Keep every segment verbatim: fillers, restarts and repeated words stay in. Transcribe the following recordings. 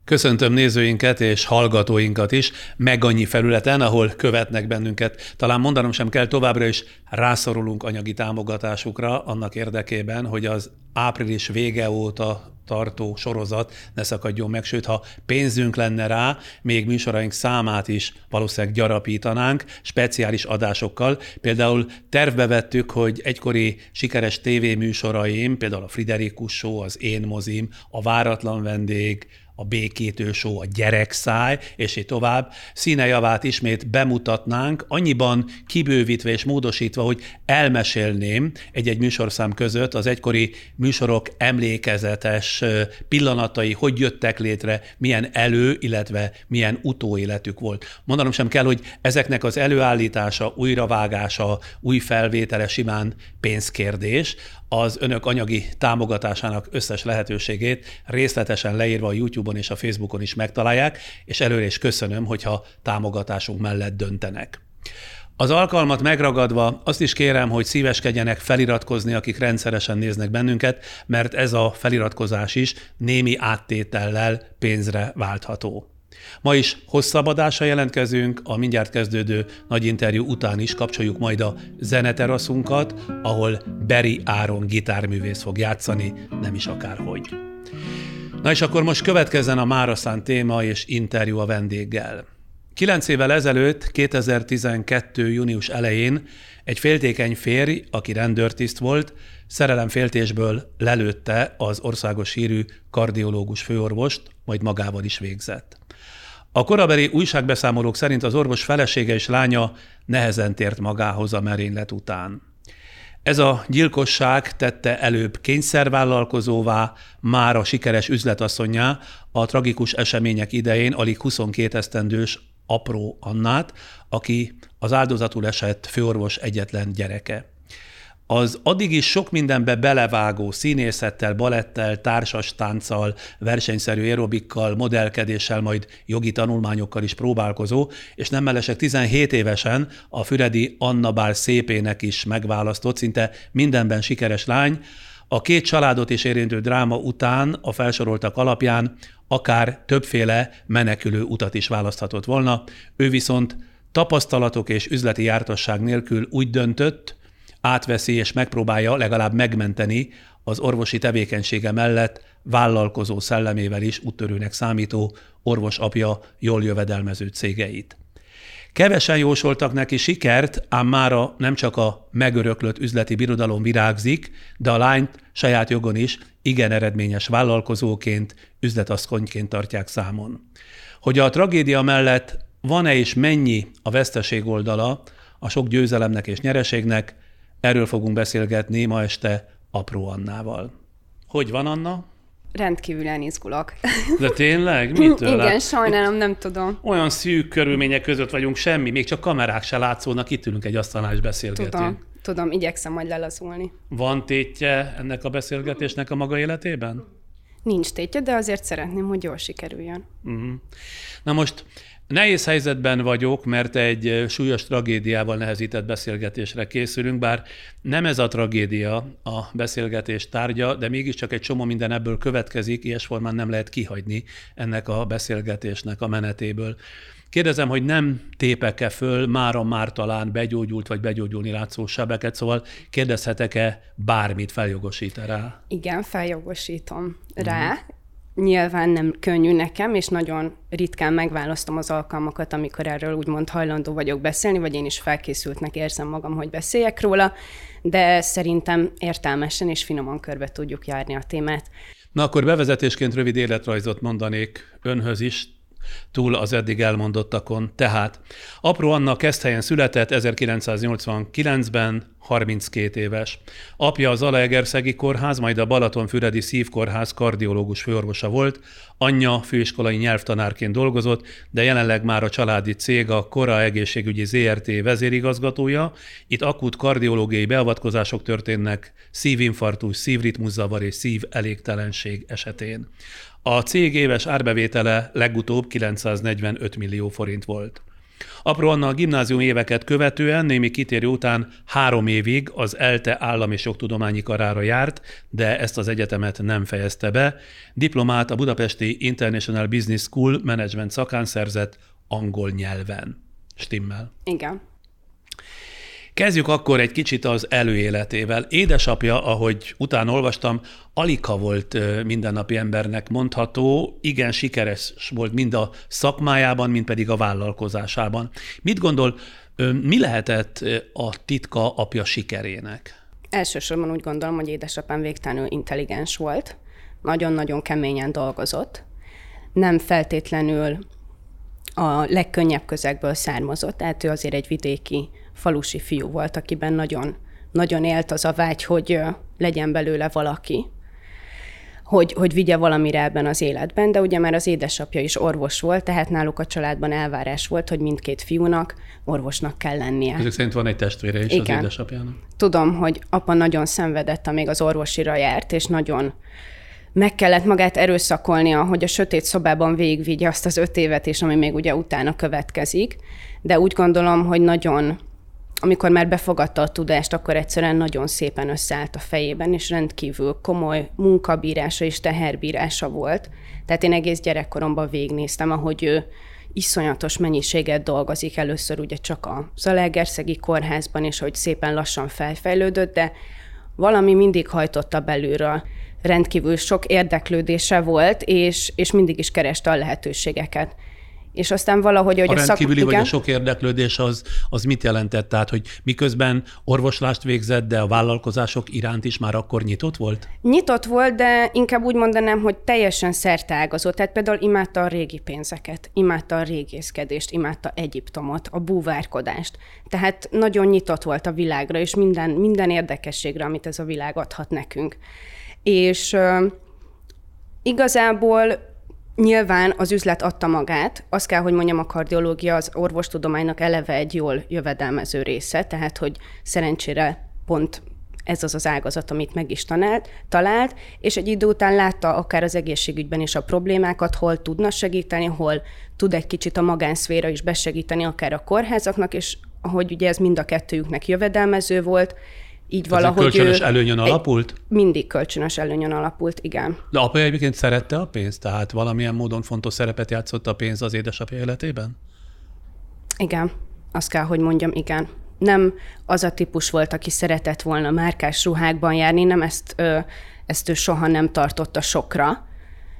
Köszöntöm nézőinket és hallgatóinkat is, meg annyi felületen, ahol követnek bennünket. Talán mondanom sem kell, továbbra is rászorulunk anyagi támogatásukra annak érdekében, hogy az április vége óta tartó sorozat ne szakadjon meg, sőt, ha pénzünk lenne rá, még műsoraink számát is valószínűleg gyarapítanánk speciális adásokkal. Például tervbe vettük, hogy egykori sikeres tévéműsoraim, például a Friderikus Show, az Én Mozim, a Váratlan Vendég, a Békétő Show, a Gyerekszáj, és így tovább, színejavát ismét bemutatnánk, annyiban kibővítve és módosítva, hogy elmesélném egy-egy műsorszám között az egykori műsorok emlékezetes pillanatai, hogy jöttek létre, milyen elő, illetve milyen utóéletük volt. Mondanom sem kell, hogy ezeknek az előállítása, újravágása, új felvétele simán pénzkérdés. Az önök anyagi támogatásának összes lehetőségét részletesen leírva a YouTube-on és a Facebookon is megtalálják, és előre is köszönöm, hogyha támogatásunk mellett döntenek. Az alkalmat megragadva azt is kérem, hogy szíveskedjenek feliratkozni, akik rendszeresen néznek bennünket, mert ez a feliratkozás is némi áttétellel pénzre váltható. Ma is hosszabb adással jelentkezünk, a mindjárt kezdődő nagy interjú után is kapcsoljuk majd a zeneteraszunkat, ahol Beri Áron gitárművész fog játszani, nem is akárhogy. Na és akkor most következzen a mára szánt téma és interjú a vendéggel. Kilenc évvel ezelőtt, kétezer-tizenkettő. június elején egy féltékeny férj, aki rendőrtiszt volt, szerelemféltésből lelőtte az országos hírű kardiológus főorvost, majd magával is végzett. A korabeli újságbeszámolók szerint az orvos felesége és lánya nehezen tért magához a merénylet után. Ez a gyilkosság tette előbb kényszervállalkozóvá, már a sikeres üzletasszonnyá, a tragikus események idején alig huszonkét esztendős Apró Annát, aki az áldozatul esett főorvos egyetlen gyereke. Az addig is sok mindenbe belevágó színészettel, balettel, társas tánccal, versenyszerű aerobikkal, modellkedéssel, majd jogi tanulmányokkal is próbálkozó, és nem mellesleg tizenhét évesen a füredi Anna Bál szépének is megválasztott, szinte mindenben sikeres lány, a két családot is érintő dráma után a felsoroltak alapján akár többféle menekülő utat is választhatott volna, ő viszont tapasztalatok és üzleti jártasság nélkül úgy döntött, átveszi és megpróbálja legalább megmenteni az orvosi tevékenysége mellett vállalkozó szellemével is úttörőnek számító orvos apja jól jövedelmező cégeit. Kevesen jósoltak neki sikert, ám mára nem csak a megöröklött üzleti birodalom virágzik, de a lányt saját jogon is igen eredményes vállalkozóként, üzletasszonyként tartják számon. Hogy a tragédia mellett van-e és mennyi a veszteség oldala a sok győzelemnek és nyereségnek, erről fogunk beszélgetni ma este Apró Annával. Hogy van, Anna? Rendkívülen izgulok. De tényleg? Mitől? Igen, sajnálom, nem tudom. Olyan szűk körülmények között vagyunk, semmi, még csak kamerák se látszódnak, itt ülünk egy asztalnál és beszélgetünk. Tudom, tudom, igyekszem majd lelazulni. Van tétje ennek a beszélgetésnek a maga életében? Nincs tétje, de azért szeretném, hogy jól sikerüljön. Uh-huh. Na most nehéz helyzetben vagyok, mert egy súlyos tragédiával nehezített beszélgetésre készülünk, bár nem ez a tragédia a beszélgetés tárgya, de mégiscsak egy csomó minden ebből következik, ilyes formán nem lehet kihagyni ennek a beszélgetésnek a menetéből. Kérdezem, hogy nem tépek-e föl mára már talán begyógyult vagy begyógyulni látszó sebeket, szóval kérdezhetek-e bármit, feljogosít-e rá? Igen, feljogosítom rá. Uh-huh. Nyilván nem könnyű nekem, és nagyon ritkán megválasztom az alkalmakat, amikor erről úgymond hajlandó vagyok beszélni, vagy én is felkészültnek érzem magam, hogy beszéljek róla, de szerintem értelmesen és finoman körbe tudjuk járni a témát. Na akkor bevezetésként rövid életrajzot mondanék önhöz is, túl az eddig elmondottakon. Tehát Apró Anna Keszthelyen született ezerkilencszáznyolcvankilencben, harminckét éves. Apja a Zalaegerszegi Kórház, majd a Balatonfüredi Szívkórház kardiológus főorvosa volt, anyja főiskolai nyelvtanárként dolgozott, de jelenleg már a családi cég, a Kora Egészségügyi zé er té vezérigazgatója. Itt akut kardiológiai beavatkozások történnek szívinfarktus, szívritmuszavar és szívelégtelenség esetén. A cég éves árbevétele legutóbb kilencszáznegyvenöt millió forint volt. Apró Anna a gimnázium éveket követően, némi kitérő után három évig az ELTE állam- és jogtudományi karára járt, de ezt az egyetemet nem fejezte be. Diplomát a budapesti International Business School Management szakán szerzett angol nyelven. Stimmel? Igen. Kezdjük akkor egy kicsit az előéletével. Édesapja, ahogy utána olvastam, aligha volt mindennapi embernek mondható, igen sikeres volt mind a szakmájában, mind pedig a vállalkozásában. Mit gondol, mi lehetett a titka apja sikerének? Elsősorban úgy gondolom, hogy édesapám végtelenül intelligens volt, nagyon-nagyon keményen dolgozott, nem feltétlenül a legkönnyebb közegből származott, tehát ő azért egy vidéki falusi fiú volt, akiben nagyon, nagyon élt az a vágy, hogy legyen belőle valaki, hogy, hogy vigye valamire ebben az életben, de ugye már az édesapja is orvos volt, tehát náluk a családban elvárás volt, hogy mindkét fiúnak orvosnak kell lennie. Ezek szerint van egy testvére is. Igen. Az édesapjának. Tudom, hogy apa nagyon szenvedett, amíg az orvosira járt, és nagyon meg kellett magát erőszakolnia, hogy a sötét szobában végigvigye azt az öt évet is, ami még ugye utána következik, de úgy gondolom, hogy nagyon, amikor már befogadta a tudást, akkor egyszerűen nagyon szépen összeállt a fejében, és rendkívül komoly munkabírása és teherbírása volt. Tehát én egész gyerekkoromban végignéztem, ahogy ő iszonyatos mennyiséget dolgozik, először ugye csak a Zalaegerszegi kórházban, és hogy szépen lassan felfejlődött, de valami mindig hajtotta belülről. Rendkívül sok érdeklődése volt, és, és mindig is kereste a lehetőségeket. És aztán valahogy, hogy a, a rendkívüli szak... vagy a sok érdeklődés az, az mit jelentett? Tehát, hogy miközben orvoslást végzett, de a vállalkozások iránt is már akkor nyitott volt? Nyitott volt, de inkább úgy mondanám, hogy teljesen szerteágazó. Tehát például imádta a régi pénzeket, imádta a régészkedést, imádta Egyiptomot, a búvárkodást. Tehát nagyon nyitott volt a világra, és minden, minden érdekességre, amit ez a világ adhat nekünk. És uh, igazából nyilván az üzlet adta magát, azt kell, hogy mondjam, a kardiológia az orvostudománynak eleve egy jól jövedelmező része, tehát hogy szerencsére pont ez az az ágazat, amit meg is talált, talált, és egy idő után látta akár az egészségügyben is a problémákat, hol tudna segíteni, hol tud egy kicsit a magánszféra is besegíteni, akár a kórházaknak, és ahogy ugye ez mind a kettőjüknek jövedelmező volt, így valahogy kölcsönös előnyön alapult? Mindig kölcsönös előnyön alapult, igen. De apja egyébként szerette a pénzt? Tehát valamilyen módon fontos szerepet játszott a pénz az édesapja életében? Igen, azt kell, hogy mondjam, igen. Nem az a típus volt, aki szeretett volna márkás ruhákban járni, nem ezt, ö, ezt ő soha nem tartotta sokra,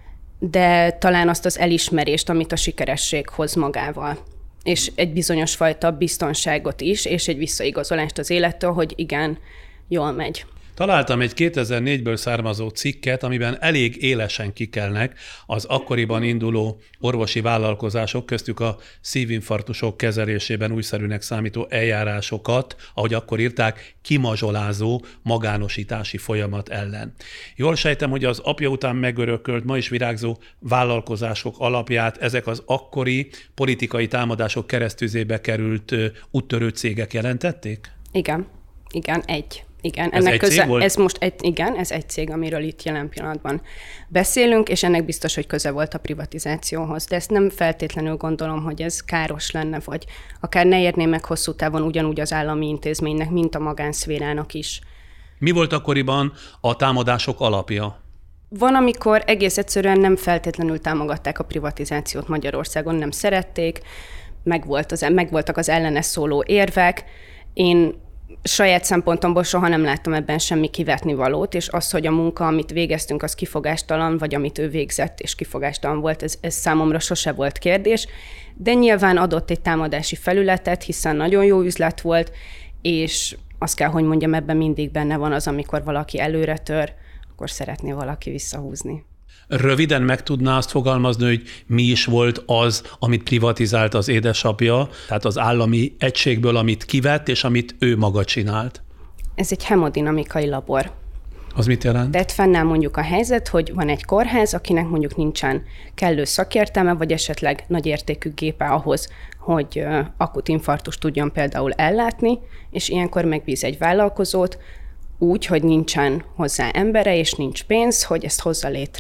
de talán azt az elismerést, amit a sikeresség hoz magával. És egy bizonyos fajta biztonságot is, és egy visszaigazolást az élettől, hogy igen, jól megy. Találtam egy kétezer-négyből származó cikket, amiben elég élesen kikelnek az akkoriban induló orvosi vállalkozások, köztük a szívinfarktusok kezelésében újszerűnek számító eljárásokat, ahogy akkor írták, kimazsolázó magánosítási folyamat ellen. Jól sejtem, hogy az apja után megörökölt, ma is virágzó vállalkozások alapját ezek az akkori politikai támadások keresztüzébe került úttörő cégek jelentették? Igen, igen, egy. Igen, ez ennek egy köze, cég volt? Ez most egy, igen, ez egy cég, amiről itt jelen pillanatban beszélünk, és ennek biztos, hogy köze volt a privatizációhoz. De ezt nem feltétlenül gondolom, hogy ez káros lenne, vagy akár ne érné meg hosszú távon ugyanúgy az állami intézménynek, mint a magánszférának is. Mi volt akkoriban a támadások alapja? Van, amikor egész egyszerűen nem feltétlenül támogatták a privatizációt Magyarországon, nem szerették, megvolt az, megvoltak az ellene szóló érvek. Én saját szempontomból soha nem láttam ebben semmi kivetnivalót, és az, hogy a munka, amit végeztünk, az kifogástalan, vagy amit ő végzett, és kifogástalan volt, ez, ez számomra sose volt kérdés, de nyilván adott egy támadási felületet, hiszen nagyon jó üzlet volt, és azt kell, hogy mondjam, ebben mindig benne van az, amikor valaki előre tör, akkor szeretné valaki visszahúzni. Röviden meg tudná azt fogalmazni, hogy mi is volt az, amit privatizált az édesapja, tehát az állami egységből, amit kivett, és amit ő maga csinált? Ez egy hemodinamikai labor. Az mit jelent? Tehát fennáll mondjuk a helyzet, hogy van egy kórház, akinek mondjuk nincsen kellő szakértelme, vagy esetleg nagy értékű gépe ahhoz, hogy akut infarktust tudjon például ellátni, és ilyenkor megbíz egy vállalkozót úgy, hogy nincsen hozzá embere, és nincs pénz, hogy ezt hozza létre.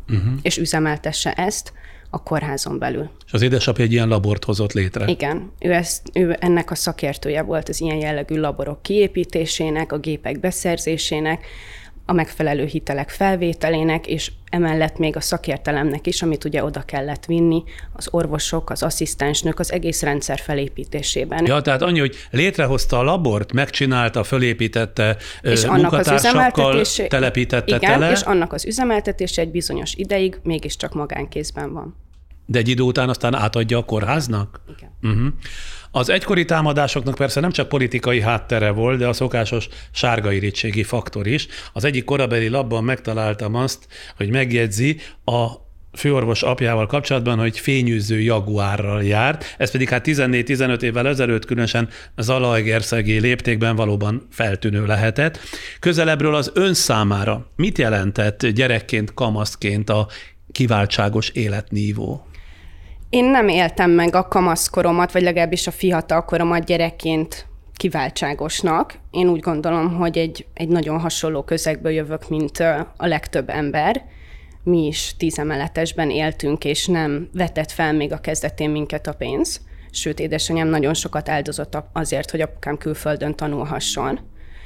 uh-huh. és üzemeltesse ezt a kórházon belül. És az édesapja egy ilyen labort hozott létre. Igen, ő, ezt, ő ennek a szakértője volt az ilyen jellegű laborok kiépítésének, a gépek beszerzésének, a megfelelő hitelek felvételének, és emellett még a szakértelemnek is, amit ugye oda kellett vinni, az orvosok, az asszisztensnők, az egész rendszer felépítésében. Ja, tehát annyi, hogy létrehozta a labort, megcsinálta, fölépítette, és munkatársakkal telepítette igen, tele. És annak az üzemeltetése egy bizonyos ideig mégiscsak magánkézben van. De egy idő után aztán átadja a kórháznak? Igen. Uh-huh. Az egykori támadásoknak persze nem csak politikai háttere volt, de a szokásos sárga irítségi faktor is. Az egyik korabeli labban megtaláltam azt, hogy megjegyzi a főorvos apjával kapcsolatban, hogy fényűző jaguárral járt, ez pedig hát tizennégy-tizenöt évvel ezelőtt különösen zalaegerszegi léptékben valóban feltűnő lehetett. Közelebbről az ön számára mit jelentett gyerekként, kamaszként a kiváltságos életnívó? Én nem éltem meg a kamaszkoromat, vagy legalábbis a fiatalkoromat gyerekként kiváltságosnak. Én úgy gondolom, hogy egy, egy nagyon hasonló közegből jövök, mint a legtöbb ember. Mi is tízemeletesben éltünk, és nem vetett fel még a kezdetén minket a pénz. Sőt, édesanyám nagyon sokat áldozott azért, hogy apukám külföldön tanulhasson.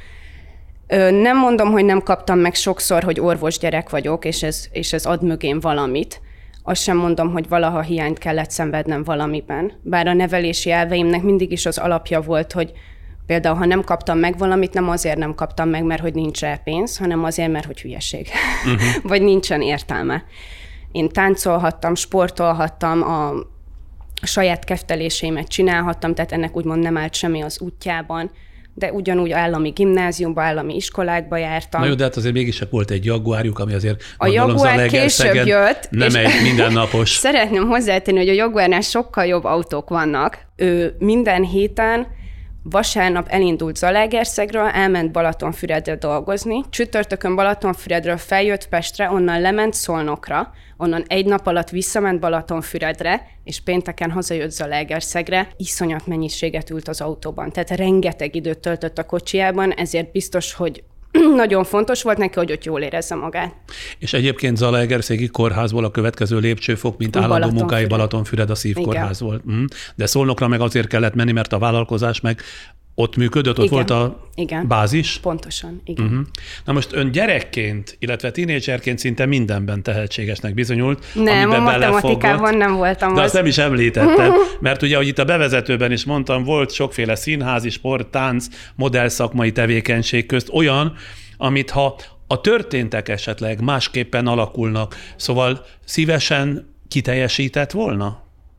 Nem mondom, hogy nem kaptam meg sokszor, hogy orvos gyerek vagyok, és ez, és ez ad mögém valamit. Azt sem mondom, hogy valaha hiányt kellett szenvednem valamiben. Bár a nevelési elveimnek mindig is az alapja volt, hogy például, ha nem kaptam meg valamit, nem azért nem kaptam meg, mert hogy nincs rá pénz, hanem azért, mert hogy hülyeség. Uh-huh. Vagy nincsen értelme. Én táncolhattam, sportolhattam, a saját kefteléseimet csinálhattam, tehát ennek úgymond nem állt semmi az útjában, de ugyanúgy állami gimnáziumba, állami iskolákba jártam. Na jó, de hát azért mégis volt egy jaguárjuk, ami azért a Jaguár később jött, nem egy mindennapos. Szeretném hozzátenni, hogy a Jaguárnál sokkal jobb autók vannak. Ő minden héten vasárnap elindult Zalaegerszegről, elment Balatonfüredre dolgozni, csütörtökön Balatonfüredről feljött Pestre, onnan lement Szolnokra, onnan egy nap alatt visszament Balatonfüredre, és pénteken hazajött Zalaegerszegre, iszonyat mennyiséget ült az autóban. Tehát rengeteg időt töltött a kocsijában, ezért biztos, hogy nagyon fontos volt neki, hogy ott jól érezze magát. És egyébként Zalaegerszegi kórházból a következő lépcsőfok, mint állandó Balatonfüred. munkai Balatonfüred a szívkórház volt. De Szolnokra meg azért kellett menni, mert a vállalkozás meg ott működött, ott igen. volt a igen. bázis? Pontosan, igen. Uh-huh. Na most ön gyerekként, illetve tínédzserként szinte mindenben tehetségesnek bizonyult. Nem, a matematikában nem voltam. De az. azt nem is említetted, mert ugye, ahogy itt a bevezetőben is mondtam, volt sokféle színházi, sport, tánc, modellszakmai tevékenység közt olyan, amit ha a történtek esetleg másképpen alakulnak, szóval szívesen kiteljesített volna?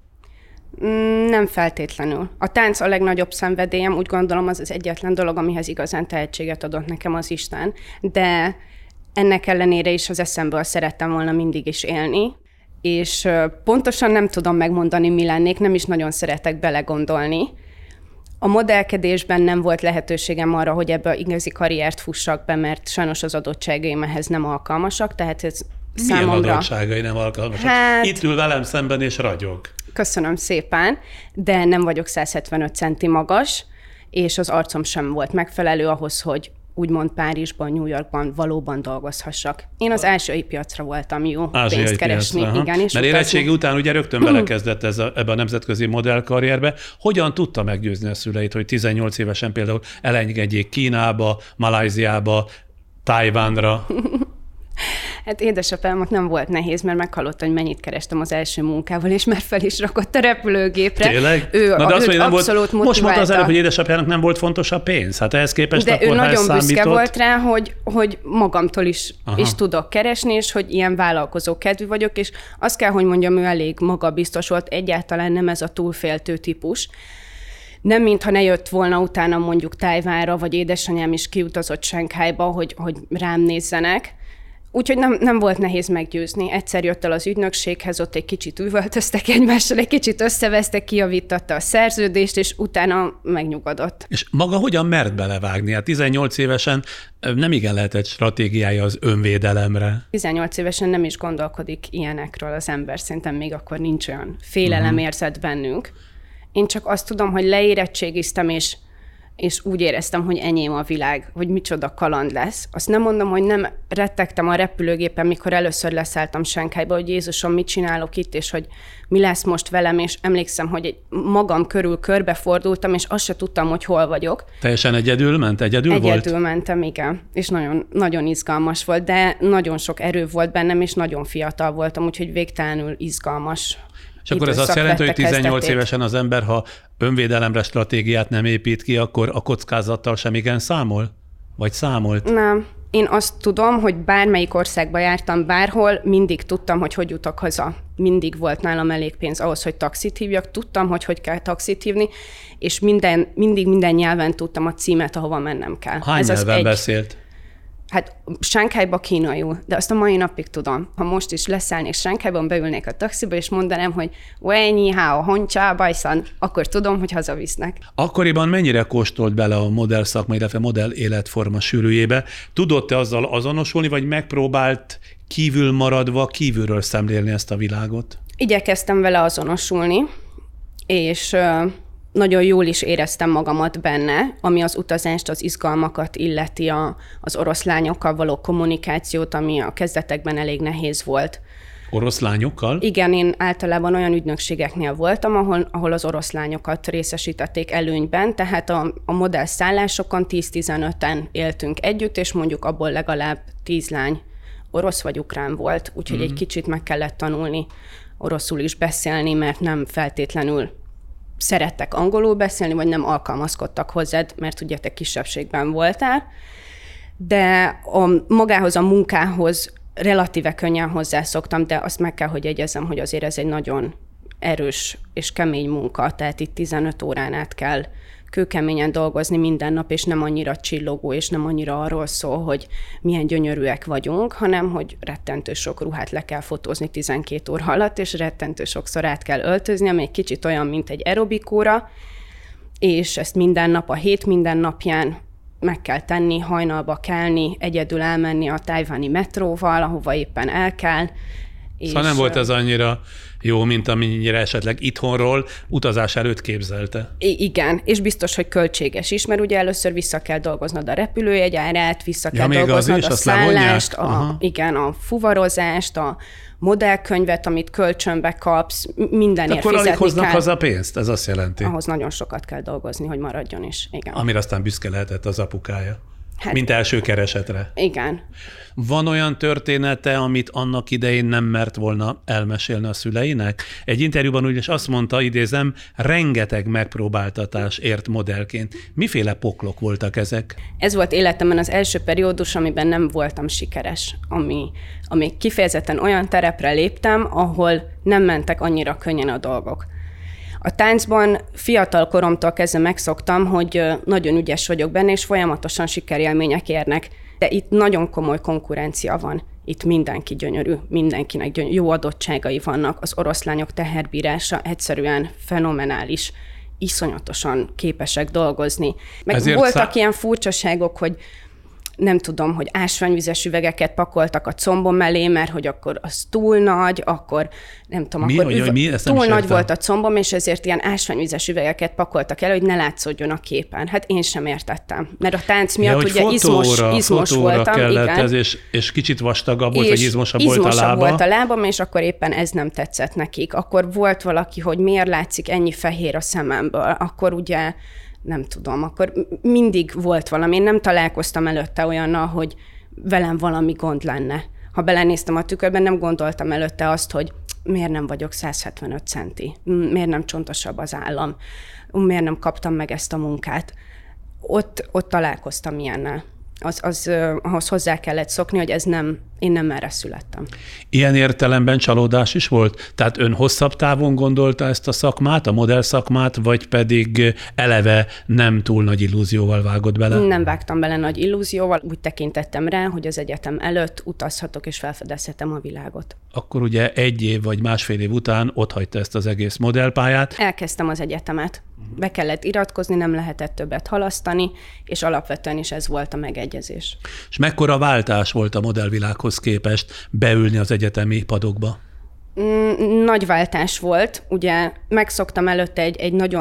Nem feltétlenül. A tánc a legnagyobb szenvedélyem, úgy gondolom az az egyetlen dolog, amihez igazán tehetséget adott nekem az Isten, de ennek ellenére is az eszemből szerettem volna mindig is élni, és pontosan nem tudom megmondani, mi lennék, nem is nagyon szeretek belegondolni. A modellkedésben nem volt lehetőségem arra, hogy ebből igazi karriert fussak be, mert sajnos az adottságaim ehhez nem alkalmasak, tehát ez milyen számomra... adottságai nem alkalmasak? Hát... Itt ül velem szemben és ragyog. Köszönöm szépen, de nem vagyok száz hetvenöt centi magas, és az arcom sem volt megfelelő ahhoz, hogy úgymond Párizsban, New Yorkban valóban dolgozhassak. Én az ázsiai piacra voltam jó ázsiai pénzt keresni. Piacra, igen, és mert érettségi után ugye rögtön belekezdett ez a, ebbe a nemzetközi modellkarrierbe. Hogyan tudta meggyőzni a szüleit, hogy tizennyolc évesen például elengedjék Kínába, Malajziába, Tajvánra? Hát édesapámnak nem volt nehéz, mert meghallotta, hogy mennyit kerestem az első munkával, és már fel is rakott a repülőgépre. Tényleg? Ő, Na, de azt, hogy nem abszolút volt, motiválta. most mondta az előbb, hogy édesapjának nem volt fontos a pénz. Hát ehhez képest de a kórház ő nagyon számított. büszke volt rá, hogy, hogy magamtól is, Aha. is tudok keresni, és hogy ilyen vállalkozó kedvű vagyok, és azt kell, hogy mondjam, ő elég magabiztos volt, egyáltalán nem ez a túlféltő típus. Nem mintha ne jött volna utána mondjuk Tajvánra, vagy édesanyám is kiutazott Sánkhájba, hogy, hogy rám nézzenek. Úgyhogy nem, nem volt nehéz meggyőzni. Egyszer jött el az ügynökséghez, ott egy kicsit üvöltöztek egymással, egy kicsit összevesztek, kijavítatta a szerződést, és utána megnyugodott. És maga hogyan mert belevágni? Hát tizennyolc évesen nem igen lehetett stratégiája az önvédelemre. tizennyolc évesen nem is gondolkodik ilyenekről az ember, szerintem még akkor nincs olyan félelemérzet bennünk. Én csak azt tudom, hogy leérettségiztem, és és úgy éreztem, hogy enyém a világ, hogy micsoda kaland lesz. Azt nem mondom, hogy nem rettegtem a repülőgépen, mikor először leszálltam Sánkhájba, hogy Jézusom, mit csinálok itt, és hogy mi lesz most velem, és emlékszem, hogy egy magam körül körbefordultam, és azt se tudtam, hogy hol vagyok. Teljesen egyedül ment? Egyedül, egyedül volt? Egyedül mentem, igen. És nagyon, nagyon izgalmas volt, de nagyon sok erő volt bennem, és nagyon fiatal voltam, úgyhogy végtelenül izgalmas. És akkor ez azt jelenti, hogy tizennyolc kezdetét. Évesen az ember, ha önvédelemre stratégiát nem épít ki, akkor a kockázattal sem igen számol? Vagy számolt? Nem. Én azt tudom, hogy bármelyik országba jártam, bárhol, mindig tudtam, hogy hogy jutok haza. Mindig volt nálam elég pénz ahhoz, hogy taxit hívjak. Tudtam, hogy hogy kell taxit hívni, és minden, mindig minden nyelven tudtam a címet, ahova mennem kell. Hány ez nyelven az egy... beszélt? Hát Sánkhájba kínaiul, de azt a mai napig tudom. Ha most is leszállnék Sánkhájban, beülnék a taxiba, és mondanám, hogy Wei ni hao, honcha bajszan, akkor tudom, hogy hazavisznek. Akkoriban mennyire kóstolt bele a modell szakma, illetve modell életforma sűrűjébe? Tudott-e azzal azonosulni, vagy megpróbált kívül maradva kívülről szemlélni ezt a világot? Igyekeztem vele azonosulni, és nagyon jól is éreztem magamat benne, ami az utazást, az izgalmakat illeti, a, az oroszlányokkal való kommunikációt, ami a kezdetekben elég nehéz volt. Oroszlányokkal? Igen, én általában olyan ügynökségeknél voltam, ahol, ahol az oroszlányokat részesítették előnyben, tehát a, a modellszállásokon tíz-tizenöten éltünk együtt, és mondjuk abból legalább tíz lány orosz vagy ukrán volt, úgyhogy mm-hmm. egy kicsit meg kellett tanulni oroszul is beszélni, mert nem feltétlenül szerettek angolul beszélni, vagy nem alkalmazkodtak hozzád, mert ugye te kisebbségben voltál, de a, magához a munkához relatíve könnyen hozzászoktam, de azt meg kell, hogy jegyezzem, hogy azért ez egy nagyon erős és kemény munka, tehát itt tizenöt órán át kell kőkeményen dolgozni minden nap, és nem annyira csillogó, és nem annyira arról szól, hogy milyen gyönyörűek vagyunk, hanem hogy rettentő sok ruhát le kell fotózni tizenkét óra alatt, és rettentő sokszor át kell öltözni, ami egy kicsit olyan, mint egy aerobikóra, és ezt minden nap, a hét minden napján meg kell tenni, hajnalba kelni, egyedül elmenni a tajvani metróval, ahova éppen el kell. Szóval nem volt ez annyira jó, mint amennyire esetleg itthonról utazás előtt képzelte. I- igen, és biztos, hogy költséges is, mert ugye először vissza kell dolgoznod a repülőjegyárát, vissza kell ja, dolgoznod is, a szállást, a, igen, a fuvarozást, a modellkönyvet, amit kölcsönbe kapsz, mindenért akkor fizetni alig hoznak kell. haza pénzt, ez azt jelenti. Ahhoz nagyon sokat kell dolgozni, hogy maradjon is. Igen. Amire aztán büszke lehetett az apukája. Hát, mint első keresetre. Igen. Van olyan története, amit annak idején nem mert volna elmesélni a szüleinek? Egy interjúban ugyanis azt mondta, idézem, rengeteg megpróbáltatás ért modellként. Miféle poklok voltak ezek? Ez volt életemben az első periódus, amiben nem voltam sikeres, ami, ami kifejezetten olyan terepre léptem, ahol nem mentek annyira könnyen a dolgok. A táncban fiatal koromtól kezdve megszoktam, hogy nagyon ügyes vagyok benne, és folyamatosan sikerélmények érnek. De itt nagyon komoly konkurencia van. Itt mindenki gyönyörű, mindenkinek gyönyörű, jó adottságai vannak. Az oroszlányok teherbírása egyszerűen fenomenális. Iszonyatosan képesek dolgozni. Meg Ezért voltak szá... ilyen furcsaságok, hogy nem tudom, hogy ásványvizes üvegeket pakoltak a combom mellé, mert hogy akkor az túl nagy, akkor nem tudom, mi? akkor Üve... mi? túl nagy volt a combom, és ezért ilyen ásványvizes üvegeket pakoltak el, hogy ne látszódjon a képen. Hát én sem értettem. Mert a tánc miatt ja, ugye fotóra, izmos, izmos fotóra voltam. kellett igen. Ez, és, és kicsit vastagabb volt, vagy izmosabb, izmosabb volt a lába. volt a lábam, és akkor éppen ez nem tetszett nekik. Akkor volt valaki, hogy miért látszik ennyi fehér a szememből. Akkor ugye nem tudom, akkor mindig volt valami. Én nem találkoztam előtte olyannal, hogy velem valami gond lenne. Ha belenéztem a tükörben, nem gondoltam előtte azt, hogy miért nem vagyok száz hetvenöt centi, miért nem csontosabb az állam, miért nem kaptam meg ezt a munkát. Ott, ott találkoztam ilyennel. Az, az, ahhoz hozzá kellett szokni, hogy ez nem, én nem erre születtem. Ilyen értelemben csalódás is volt? Tehát ön hosszabb távon gondolta ezt a szakmát, a modell szakmát, vagy pedig eleve nem túl nagy illúzióval vágott bele? Nem vágtam bele nagy illúzióval, úgy tekintettem rá, hogy az egyetem előtt utazhatok és felfedezhetem a világot. Akkor ugye egy év vagy másfél év után otthagyta ezt az egész modellpályát. Elkezdtem az egyetemet. Be kellett iratkozni, nem lehetett többet halasztani, és alapvetően is ez volt a megegyezés. És mekkora váltás volt a modellvilághoz képest beülni az egyetemi padokba? Mm, nagy váltás volt. Ugye megszoktam előtte egy, egy nagyon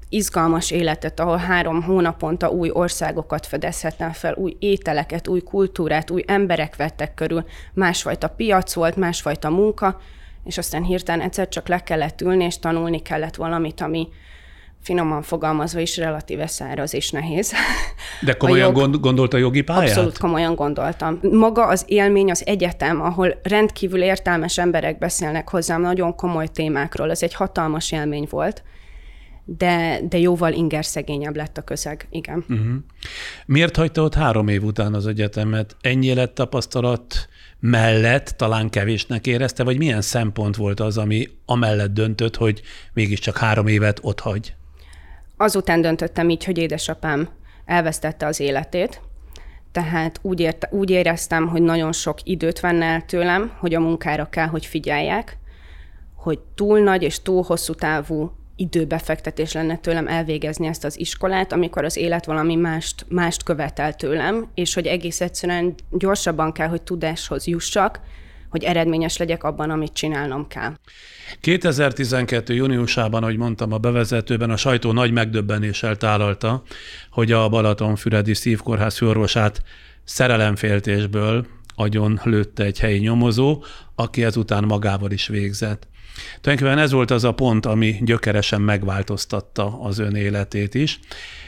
izgalmas életet, ahol három hónaponta új országokat fedezhettem fel, új ételeket, új kultúrát, új emberek vettek körül, másfajta piac volt, másfajta munka, és aztán hirtelen egyszer csak le kellett ülni, és tanulni kellett valamit, ami finoman fogalmazva is relatíve száraz és nehéz. De komolyan jog... gondolt a jogi pályát? Abszolút komolyan gondoltam. Maga az élmény, az egyetem, ahol rendkívül értelmes emberek beszélnek hozzám nagyon komoly témákról, az egy hatalmas élmény volt, de, de jóval ingerszegényebb lett a közeg, igen. Uh-huh. Miért hagyta ott három év után az egyetemet? Ennyi élettapasztalat mellett talán kevésnek érezte, vagy milyen szempont volt az, ami amellett döntött, hogy mégiscsak három évet otthagy? Azután döntöttem így, hogy édesapám elvesztette az életét, tehát úgy, ért, úgy éreztem, hogy nagyon sok időt venne el tőlem, hogy a munkára kell, hogy figyeljek, hogy túl nagy és túl hosszú távú időbefektetés lenne tőlem elvégezni ezt az iskolát, amikor az élet valami mást, mást követel tőlem, és hogy egész egyszerűen gyorsabban kell, hogy tudáshoz jussak, hogy eredményes legyek abban, amit csinálnom kell. kétezer-tizenkettő. júniusában, ahogy mondtam a bevezetőben, a sajtó nagy megdöbbenéssel tálalta, hogy a Balatonfüredi Szívkórház főorvosát szerelemféltésből agyon lőtte egy helyi nyomozó, aki ezután magával is végzett. Tulajdonképpen ez volt az a pont, ami gyökeresen megváltoztatta az ön életét is.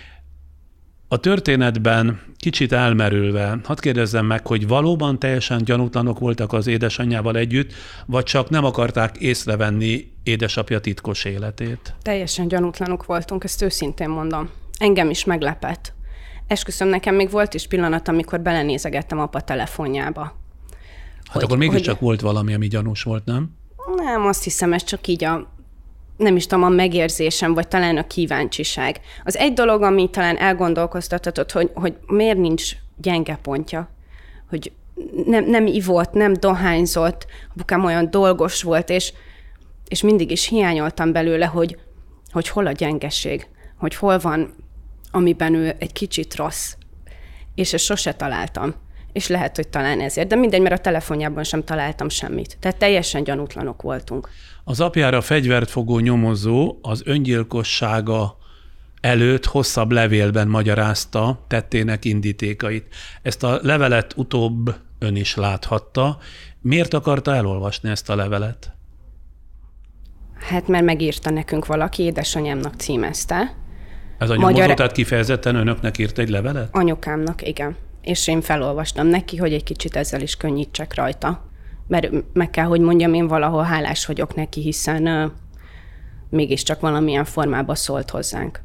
A történetben kicsit elmerülve, hadd kérdezzem meg, hogy valóban teljesen gyanútlanok voltak az édesanyjával együtt, vagy csak nem akarták észrevenni édesapja titkos életét? Teljesen gyanútlanok voltunk, ezt őszintén mondom. Engem is meglepett. Esküszöm, nekem még volt is pillanat, amikor belenézegettem apa telefonjába. Hát hogy, akkor mégiscsak hogy... volt valami, ami gyanús volt, nem? Nem, azt hiszem, ez csak így a, nem is tudom, a megérzésem, vagy talán a kíváncsiság. Az egy dolog, ami talán elgondolkoztatott, hogy, hogy miért nincs gyenge pontja, hogy nem, nem ivott, nem dohányzott, apukám olyan dolgos volt, és, és mindig is hiányoltam belőle, hogy, hogy hol a gyengeség, hogy hol van, amiben ő egy kicsit rossz, és ezt sose találtam. És lehet, hogy talán ezért. De mindegy, mert a telefonjában sem találtam semmit. Tehát teljesen gyanútlanok voltunk. Az apjára fegyvert fogó nyomozó az öngyilkossága előtt hosszabb levélben magyarázta tettének indítékait. Ezt a levelet utóbb ön is láthatta. Miért akarta elolvasni ezt a levelet? Hát mert megírta nekünk valaki, édesanyámnak címezte. Ez a nyomozó, Magyar... tehát kifejezetten önöknek írt egy levelet? Anyukámnak, igen. És én felolvastam neki, hogy egy kicsit ezzel is könnyítsek rajta. Mert meg kell, hogy mondjam, én valahol hálás vagyok neki, hiszen uh, mégiscsak valamilyen formában szólt hozzánk.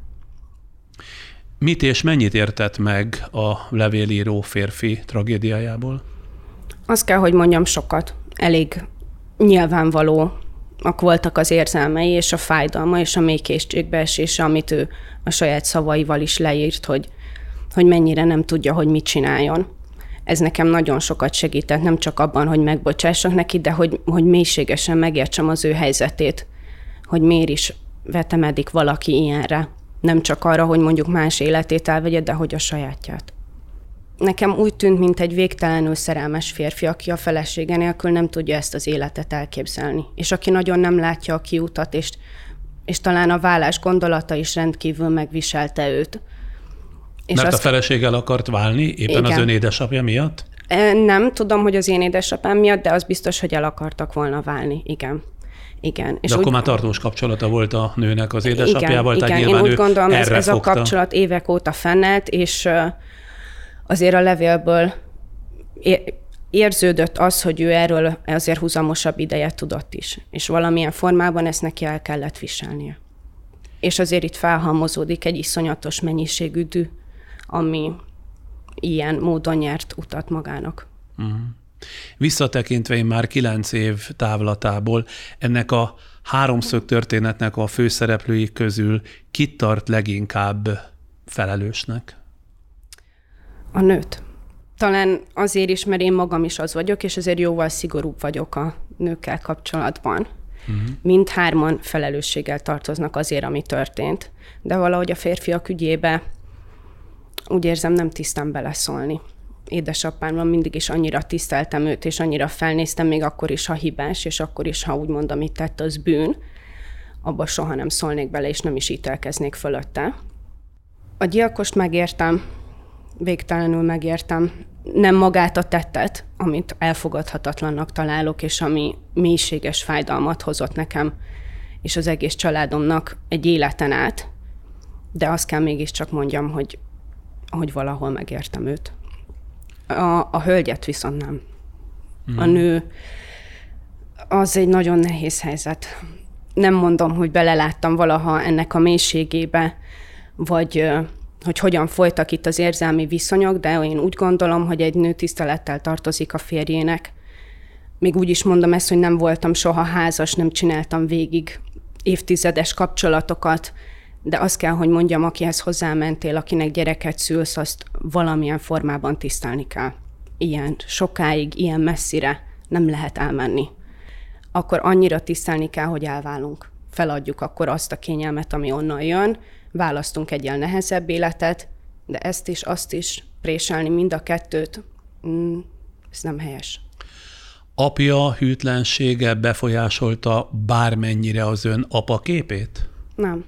Mit és mennyit értett meg a levélíró férfi tragédiájából? Azt kell, hogy mondjam, sokat. Elég nyilvánvalóak voltak az érzelmei, és a fájdalma, és a mély kétségbeesése, amit ő a saját szavaival is leírt, hogy hogy mennyire nem tudja, hogy mit csináljon. Ez nekem nagyon sokat segített, nem csak abban, hogy megbocsássak neki, de hogy, hogy mélységesen megértsem az ő helyzetét, hogy miért is vetemedik valaki ilyenre. Nem csak arra, hogy mondjuk más életét elvegye, de hogy a sajátját. Nekem úgy tűnt, mint egy végtelenül szerelmes férfi, aki a felesége nélkül nem tudja ezt az életet elképzelni, és aki nagyon nem látja a kiutat, és, és talán a vállás gondolata is rendkívül megviselte őt. És Mert azt... a feleséggel akart válni, éppen igen. Az ön édesapja miatt? Nem tudom, hogy az én édesapám miatt, de az biztos, hogy el akartak volna válni, igen. igen. És de úgy... akkor már tartós kapcsolata volt a nőnek az édesapjával, igen, tehát igen. nyilván Én úgy gondolom, ez, ez a fogta. kapcsolat évek óta fennállt, és azért a levélből érződött az, hogy ő erről azért húzamosabb ideje tudott is, és valamilyen formában ezt neki el kellett viselnie. És azért itt felhalmozódik egy iszonyatos mennyiségű dű, ami ilyen módon nyert utat magának. Uh-huh. Visszatekintve én már kilenc év távlatából ennek a háromszög történetnek a főszereplői közül kit tart leginkább felelősnek? A nőt. Talán azért is, mert én magam is az vagyok, és azért jóval szigorúbb vagyok a nőkkel kapcsolatban. Uh-huh. Mindhárman felelősséggel tartoznak azért, ami történt. De valahogy a férfiak ügyébe úgy érzem, nem tisztem beleszólni. Édesapámmal mindig is annyira tiszteltem őt, és annyira felnéztem, még akkor is, ha hibás, és akkor is, ha úgy mondom, amit tett, az bűn. abba soha nem szólnék bele, és nem is ítélkeznék fölötte. A gyilkost megértem, végtelenül megértem, nem magát a tettet, amit elfogadhatatlannak találok, és ami mélységes fájdalmat hozott nekem, és az egész családomnak egy életen át, de azt kell mégiscsak mondjam, hogy, hogy valahol megértem őt. A, a hölgyet viszont nem. Mm. A nő, az egy nagyon nehéz helyzet. Nem mondom, hogy beleláttam valaha ennek a mélységébe, vagy hogy hogyan folytak itt az érzelmi viszonyok, de én úgy gondolom, hogy egy nő tisztelettel tartozik a férjének. Még úgy is mondom ezt, hogy nem voltam soha házas, nem csináltam végig évtizedes kapcsolatokat, de azt kell, hogy mondjam, akihez hozzámentél, akinek gyereket szülsz, azt valamilyen formában tisztelni kell. Ilyen sokáig, ilyen messzire nem lehet elmenni. Akkor annyira tisztelni kell, hogy elválunk. Feladjuk akkor azt a kényelmet, ami onnan jön, választunk egy ilyen nehezebb életet, de ezt is, azt is préselni, mind a kettőt, mm, ez nem helyes. Apja hűtlensége befolyásolta bármennyire az ön apaképét? Nem.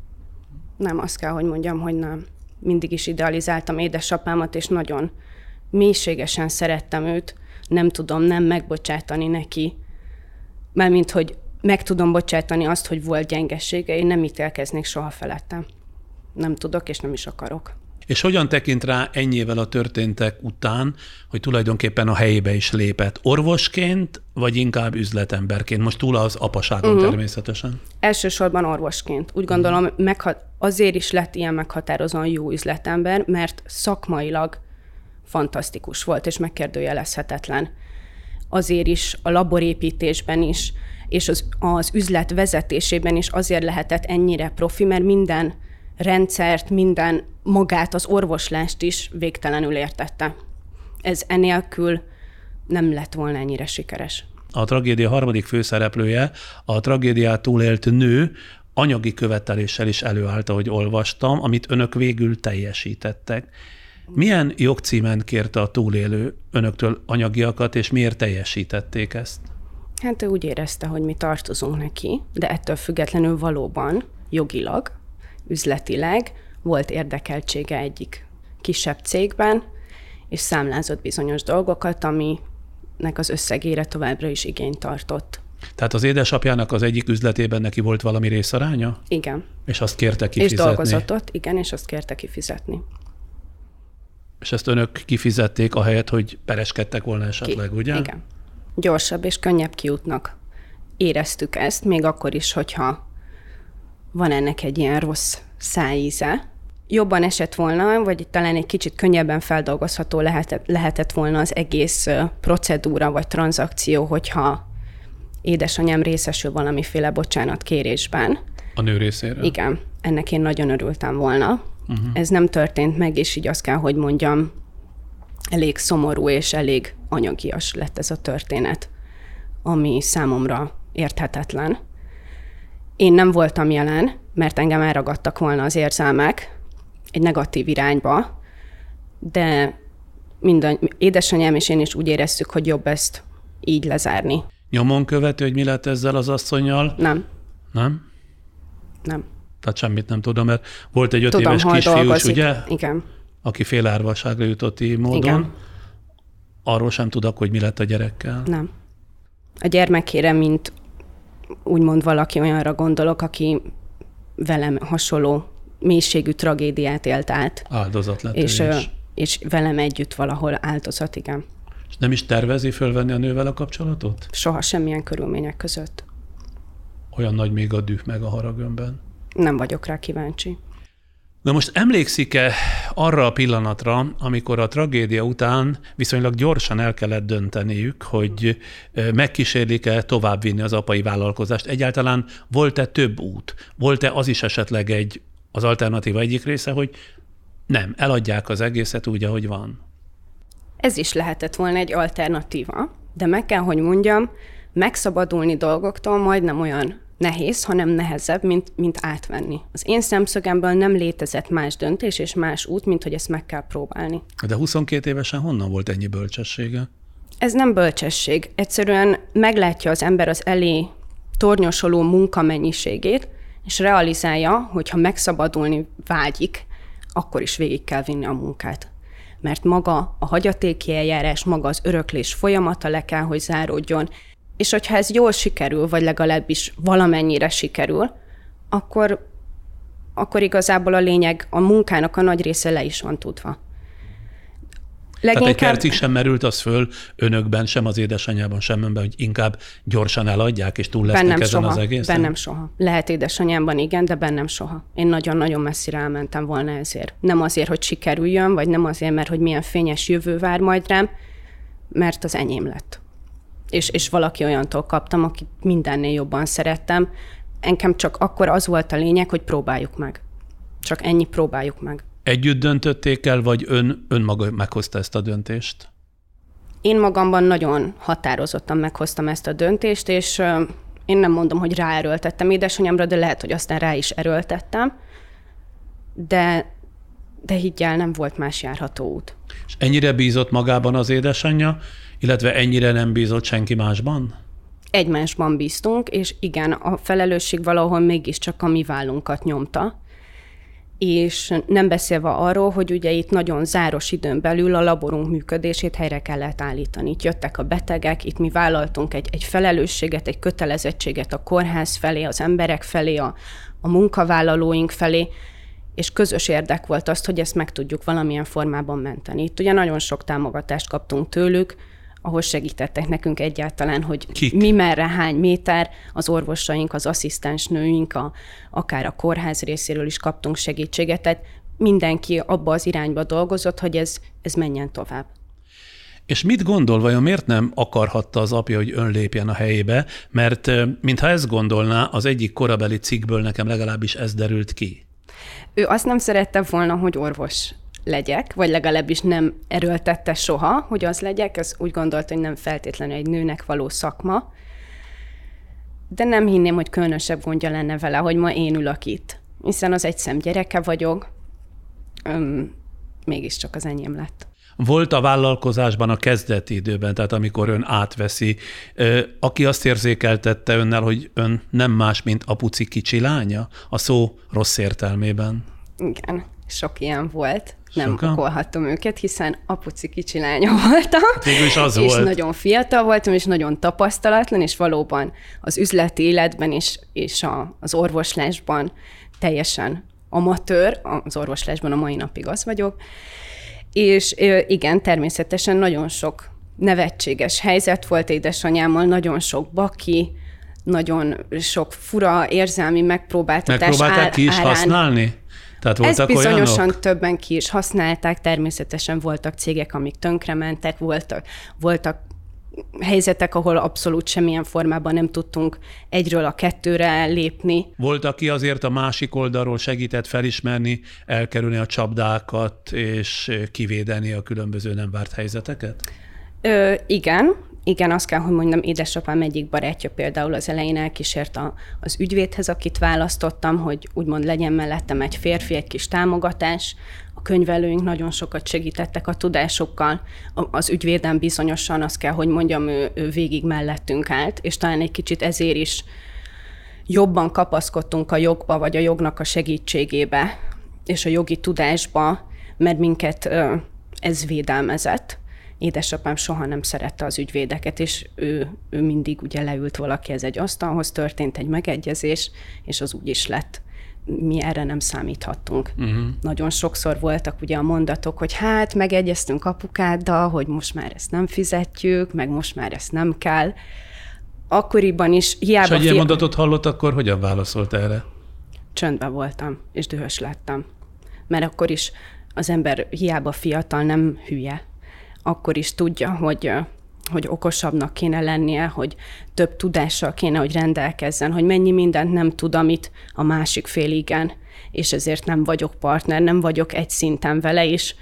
Nem, azt kell, hogy mondjam, hogy nem. Mindig is idealizáltam édesapámat, és nagyon mélységesen szerettem őt. Nem tudom nem megbocsátani neki, mármint, hogy meg tudom bocsátani azt, hogy volt gyengessége, én nem ítélkeznék soha felettem. Nem tudok, és nem is akarok. És hogyan tekint rá ennyivel a történtek után, hogy tulajdonképpen a helyébe is lépett? Orvosként, vagy inkább üzletemberként? Most túl az apaságon uh-huh. természetesen. Elsősorban orvosként. Úgy gondolom, uh-huh. megha- azért is lett ilyen meghatározóan jó üzletember, mert szakmailag fantasztikus volt, és megkérdőjelezhetetlen. Azért is, a laborépítésben is, és az, az üzlet vezetésében is azért lehetett ennyire profi, mert minden rendszert, minden magát, az orvoslást is végtelenül értette. Ez enélkül nem lett volna ennyire sikeres. A tragédia harmadik főszereplője, a tragédiát túlélt nő anyagi követeléssel is előállt, ahogy olvastam, amit önök végül teljesítettek. Milyen jogcímen kérte a túlélő önöktől anyagiakat, és miért teljesítették ezt? Hát ő úgy érezte, hogy mi tartozunk neki, de ettől függetlenül valóban jogilag, üzletileg volt érdekeltsége egyik kisebb cégben, és számlázott bizonyos dolgokat, aminek az összegére továbbra is igényt tartott. Tehát az édesapjának az egyik üzletében neki volt valami részaránya? Igen. És azt kérte kifizetni? És dolgozott ott, igen, és azt kérte kifizetni. És ezt önök kifizették, ahelyett, hogy pereskedtek volna esetleg, Ki. ugye? Igen. Gyorsabb és könnyebb kiútnak éreztük ezt, még akkor is, hogyha van ennek egy ilyen rossz szájíze. Jobban esett volna, vagy talán egy kicsit könnyebben feldolgozható lehetett, lehetett volna az egész procedúra vagy tranzakció, hogyha édesanyám részesül valamiféle bocsánatkérésben. A nő részéről? Igen, ennek én nagyon örültem volna. Uh-huh. Ez nem történt meg, és így azt kell, hogy mondjam, elég szomorú és elég anyagias lett ez a történet, ami számomra érthetetlen. Én nem voltam jelen, mert engem elragadtak volna az érzelmek egy negatív irányba, de minden, édesanyám és én is úgy éreztük, hogy jobb ezt így lezárni. Nyomon követő, hogy mi lett ezzel az asszonnyal? Nem. Nem? Nem. Tehát semmit nem tudom, mert volt egy öt tudom, éves kisfiús, ugye? Igen. Aki félárvasságra jutott így módon. Igen. Arról sem tudok, hogy mi lett a gyerekkel. Nem. A gyermekére, mint úgymond valaki olyanra gondolok, aki velem hasonló mélységű tragédiát élt át. Áldozat lett és, is. És velem együtt valahol áldozat, igen. És nem is tervezi fölvenni a nővel a kapcsolatot? Soha, semmilyen körülmények között. Olyan nagy még a düh meg a harag önben? Nem vagyok rá kíváncsi. Na most emlékszik-e arra a pillanatra, amikor a tragédia után viszonylag gyorsan el kellett dönteniük, hogy megkísérlik-e továbbvinni az apai vállalkozást? Egyáltalán volt-e több út? Volt-e az is esetleg egy, az alternatíva egyik része, hogy nem, eladják az egészet úgy, ahogy van? Ez is lehetett volna egy alternatíva, de meg kell, hogy mondjam, megszabadulni dolgoktól majdnem olyan nehéz, hanem nehezebb, mint, mint átvenni. Az én szemszögemből nem létezett más döntés és más út, mint hogy ezt meg kell próbálni. De huszonkét évesen honnan volt ennyi bölcsessége? Ez nem bölcsesség. Egyszerűen meglátja az ember az elé tornyosoló munkamennyiségét, és realizálja, hogy ha megszabadulni vágyik, akkor is végig kell vinni a munkát. Mert maga a hagyatéki eljárás, maga az öröklés folyamata le kell, hogy záródjon, és hogyha ez jól sikerül, vagy legalábbis valamennyire sikerül, akkor, akkor igazából a lényeg, a munkának a nagy része le is van tudva. Leginkább... Tehát egy percig sem merült az föl önökben, sem az édesanyjában, sem önben, hogy inkább gyorsan eladják, és túl lesznek bennem ezen soha, az egészen? Bennem soha. Lehet édesanyámban igen, de bennem soha. Én nagyon-nagyon messzire elmentem volna ezért. Nem azért, hogy sikerüljön, vagy nem azért, mert hogy milyen fényes jövő vár majd rám, mert az enyém lett. És, és valaki olyantól kaptam, akit mindennél jobban szerettem. Engem csak akkor az volt a lényeg, hogy próbáljuk meg. Csak ennyi, próbáljuk meg. Együtt döntötték el, vagy ön, ön maga meghozta ezt a döntést? Én magamban nagyon határozottan meghoztam ezt a döntést, és uh, én nem mondom, hogy ráerőltettem édesanyámra, de lehet, hogy aztán rá is erőltettem, de, de higgyel, nem volt más járható út. És ennyire bízott magában az édesanyja, illetve ennyire nem bízott senki másban? Egymásban bíztunk, és igen, a felelősség valahol mégiscsak a mi vállunkat nyomta, és nem beszélve arról, hogy ugye itt nagyon záros időn belül a laborunk működését helyre kellett állítani. Itt jöttek a betegek, itt mi vállaltunk egy, egy felelősséget, egy kötelezettséget a kórház felé, az emberek felé, a, a munkavállalóink felé, és közös érdek volt azt, hogy ezt meg tudjuk valamilyen formában menteni. Itt ugye nagyon sok támogatást kaptunk tőlük, ahol segítettek nekünk egyáltalán, hogy Kik? mi merre, hány méter, az orvosaink, az asszisztensnőink, a, akár a kórház részéről is kaptunk segítséget, tehát mindenki abba az irányba dolgozott, hogy ez, ez menjen tovább. És mit gondol, vajon miért nem akarhatta az apja, hogy ön lépjen a helyébe? Mert mintha ezt gondolná, az egyik korabeli cikkből nekem legalábbis ez derült ki. Ő azt nem szerette volna, hogy orvos legyek, vagy legalábbis nem erőltette soha, hogy az legyek, ez úgy gondolta, hogy nem feltétlenül egy nőnek való szakma, de nem hinném, hogy különösebb gondja lenne vele, hogy ma én ülök itt. Hiszen az egy szem gyereke vagyok, öm, mégiscsak az enyém lett. Volt a vállalkozásban a kezdeti időben, tehát amikor ön átveszi, aki azt érzékeltette önnel, hogy ön nem más, mint apuci kicsi lánya, a szó rossz értelmében? Igen, sok ilyen volt. Nem Sokan? okolhattam őket, hiszen apuci kicsi lánya voltam. Végül is az és volt. nagyon fiatal voltam, és nagyon tapasztalatlan, és valóban az üzleti életben is, és a, az orvoslásban teljesen amatőr, az orvoslásban a mai napig az vagyok. És igen, természetesen nagyon sok nevetséges helyzet volt édesanyámmal, nagyon sok baki, nagyon sok fura érzelmi megpróbáltatás. Megpróbálták ki is árán. használni? Tehát voltak Ezt bizonyosan olyanok? többen ki is használták, természetesen voltak cégek, amik tönkrementek, voltak, voltak helyzetek, ahol abszolút semmilyen formában nem tudtunk egyről a kettőre lépni. Volt, aki azért a másik oldalról segített felismerni, elkerülni a csapdákat, és kivédeni a különböző nem várt helyzeteket? Ö, igen, igen, azt kell, hogy mondjam, édesapám egyik barátja például az elején elkísért a, az ügyvédhez, akit választottam, hogy úgymond legyen mellettem egy férfi, egy kis támogatás. A könyvelőink nagyon sokat segítettek a tudásokkal. Az ügyvéden bizonyosan, azt kell, hogy mondjam, ő, ő végig mellettünk állt, és talán egy kicsit ezért is jobban kapaszkodtunk a jogba, vagy a jognak a segítségébe, és a jogi tudásba, mert minket ö, ez védelmezett. Édesapám soha nem szerette az ügyvédeket, és ő, ő mindig ugye leült valakihez egy asztalhoz, történt egy megegyezés, és az úgy is lett. Mi erre nem számíthattunk. Uh-huh. Nagyon sokszor voltak ugye a mondatok, hogy hát megegyeztünk apukáddal, hogy most már ezt nem fizetjük, meg most már ezt nem kell. Akkoriban is hiába... És ha ilyen mondatot hallott, akkor hogyan válaszolt erre? Csöndben voltam, és dühös lettem. Mert akkor is az ember hiába fiatal, nem hülye. Akkor is tudja, hogy, hogy okosabbnak kéne lennie, hogy több tudással kéne, hogy rendelkezzen, hogy mennyi mindent nem tud, amit a másik fél igen, és ezért nem vagyok partner, nem vagyok egy szinten vele is,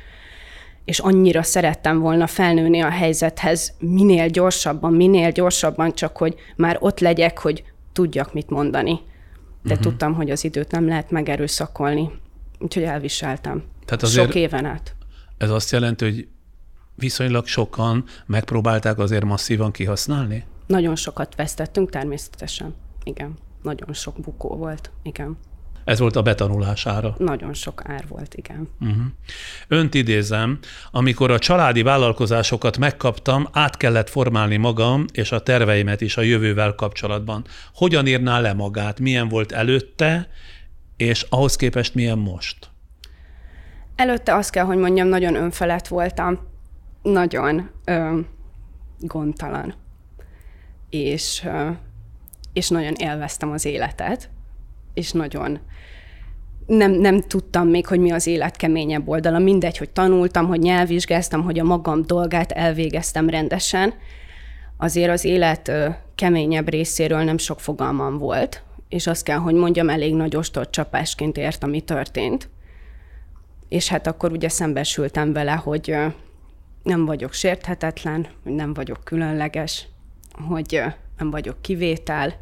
és annyira szerettem volna felnőni a helyzethez minél gyorsabban, minél gyorsabban, csak hogy már ott legyek, hogy tudjak mit mondani. De uh-huh. tudtam, hogy az időt nem lehet megerőszakolni, úgyhogy elviseltem. Tehát azért sok éven át. Ez azt jelenti, hogy viszonylag sokan megpróbálták azért masszívan kihasználni? Nagyon sokat vesztettünk természetesen. igen. Nagyon sok bukó volt, igen. Ez volt a betanulására. Nagyon sok ár volt, igen. Uh-huh. Önt idézem, amikor a családi vállalkozásokat megkaptam, át kellett formálni magam és a terveimet is a jövővel kapcsolatban. Hogyan írná le magát? Milyen volt előtte, és ahhoz képest milyen most? Előtte azt kell, hogy mondjam, nagyon önfelett voltam. Nagyon ö, gondtalan. És, ö, és nagyon élveztem az életet. És nagyon nem, nem tudtam még, hogy mi az élet keményebb oldala. Mindegy, hogy tanultam, hogy nyelvvizsgáztam, hogy a magam dolgát elvégeztem rendesen. Azért az élet ö, keményebb részéről nem sok fogalmam volt, és azt kell, hogy mondjam, elég nagy ostorcsapásként ért, ami történt. És hát akkor ugye szembesültem vele, hogy ö, nem vagyok sérthetetlen, hogy nem vagyok különleges, hogy ö, nem vagyok kivétel,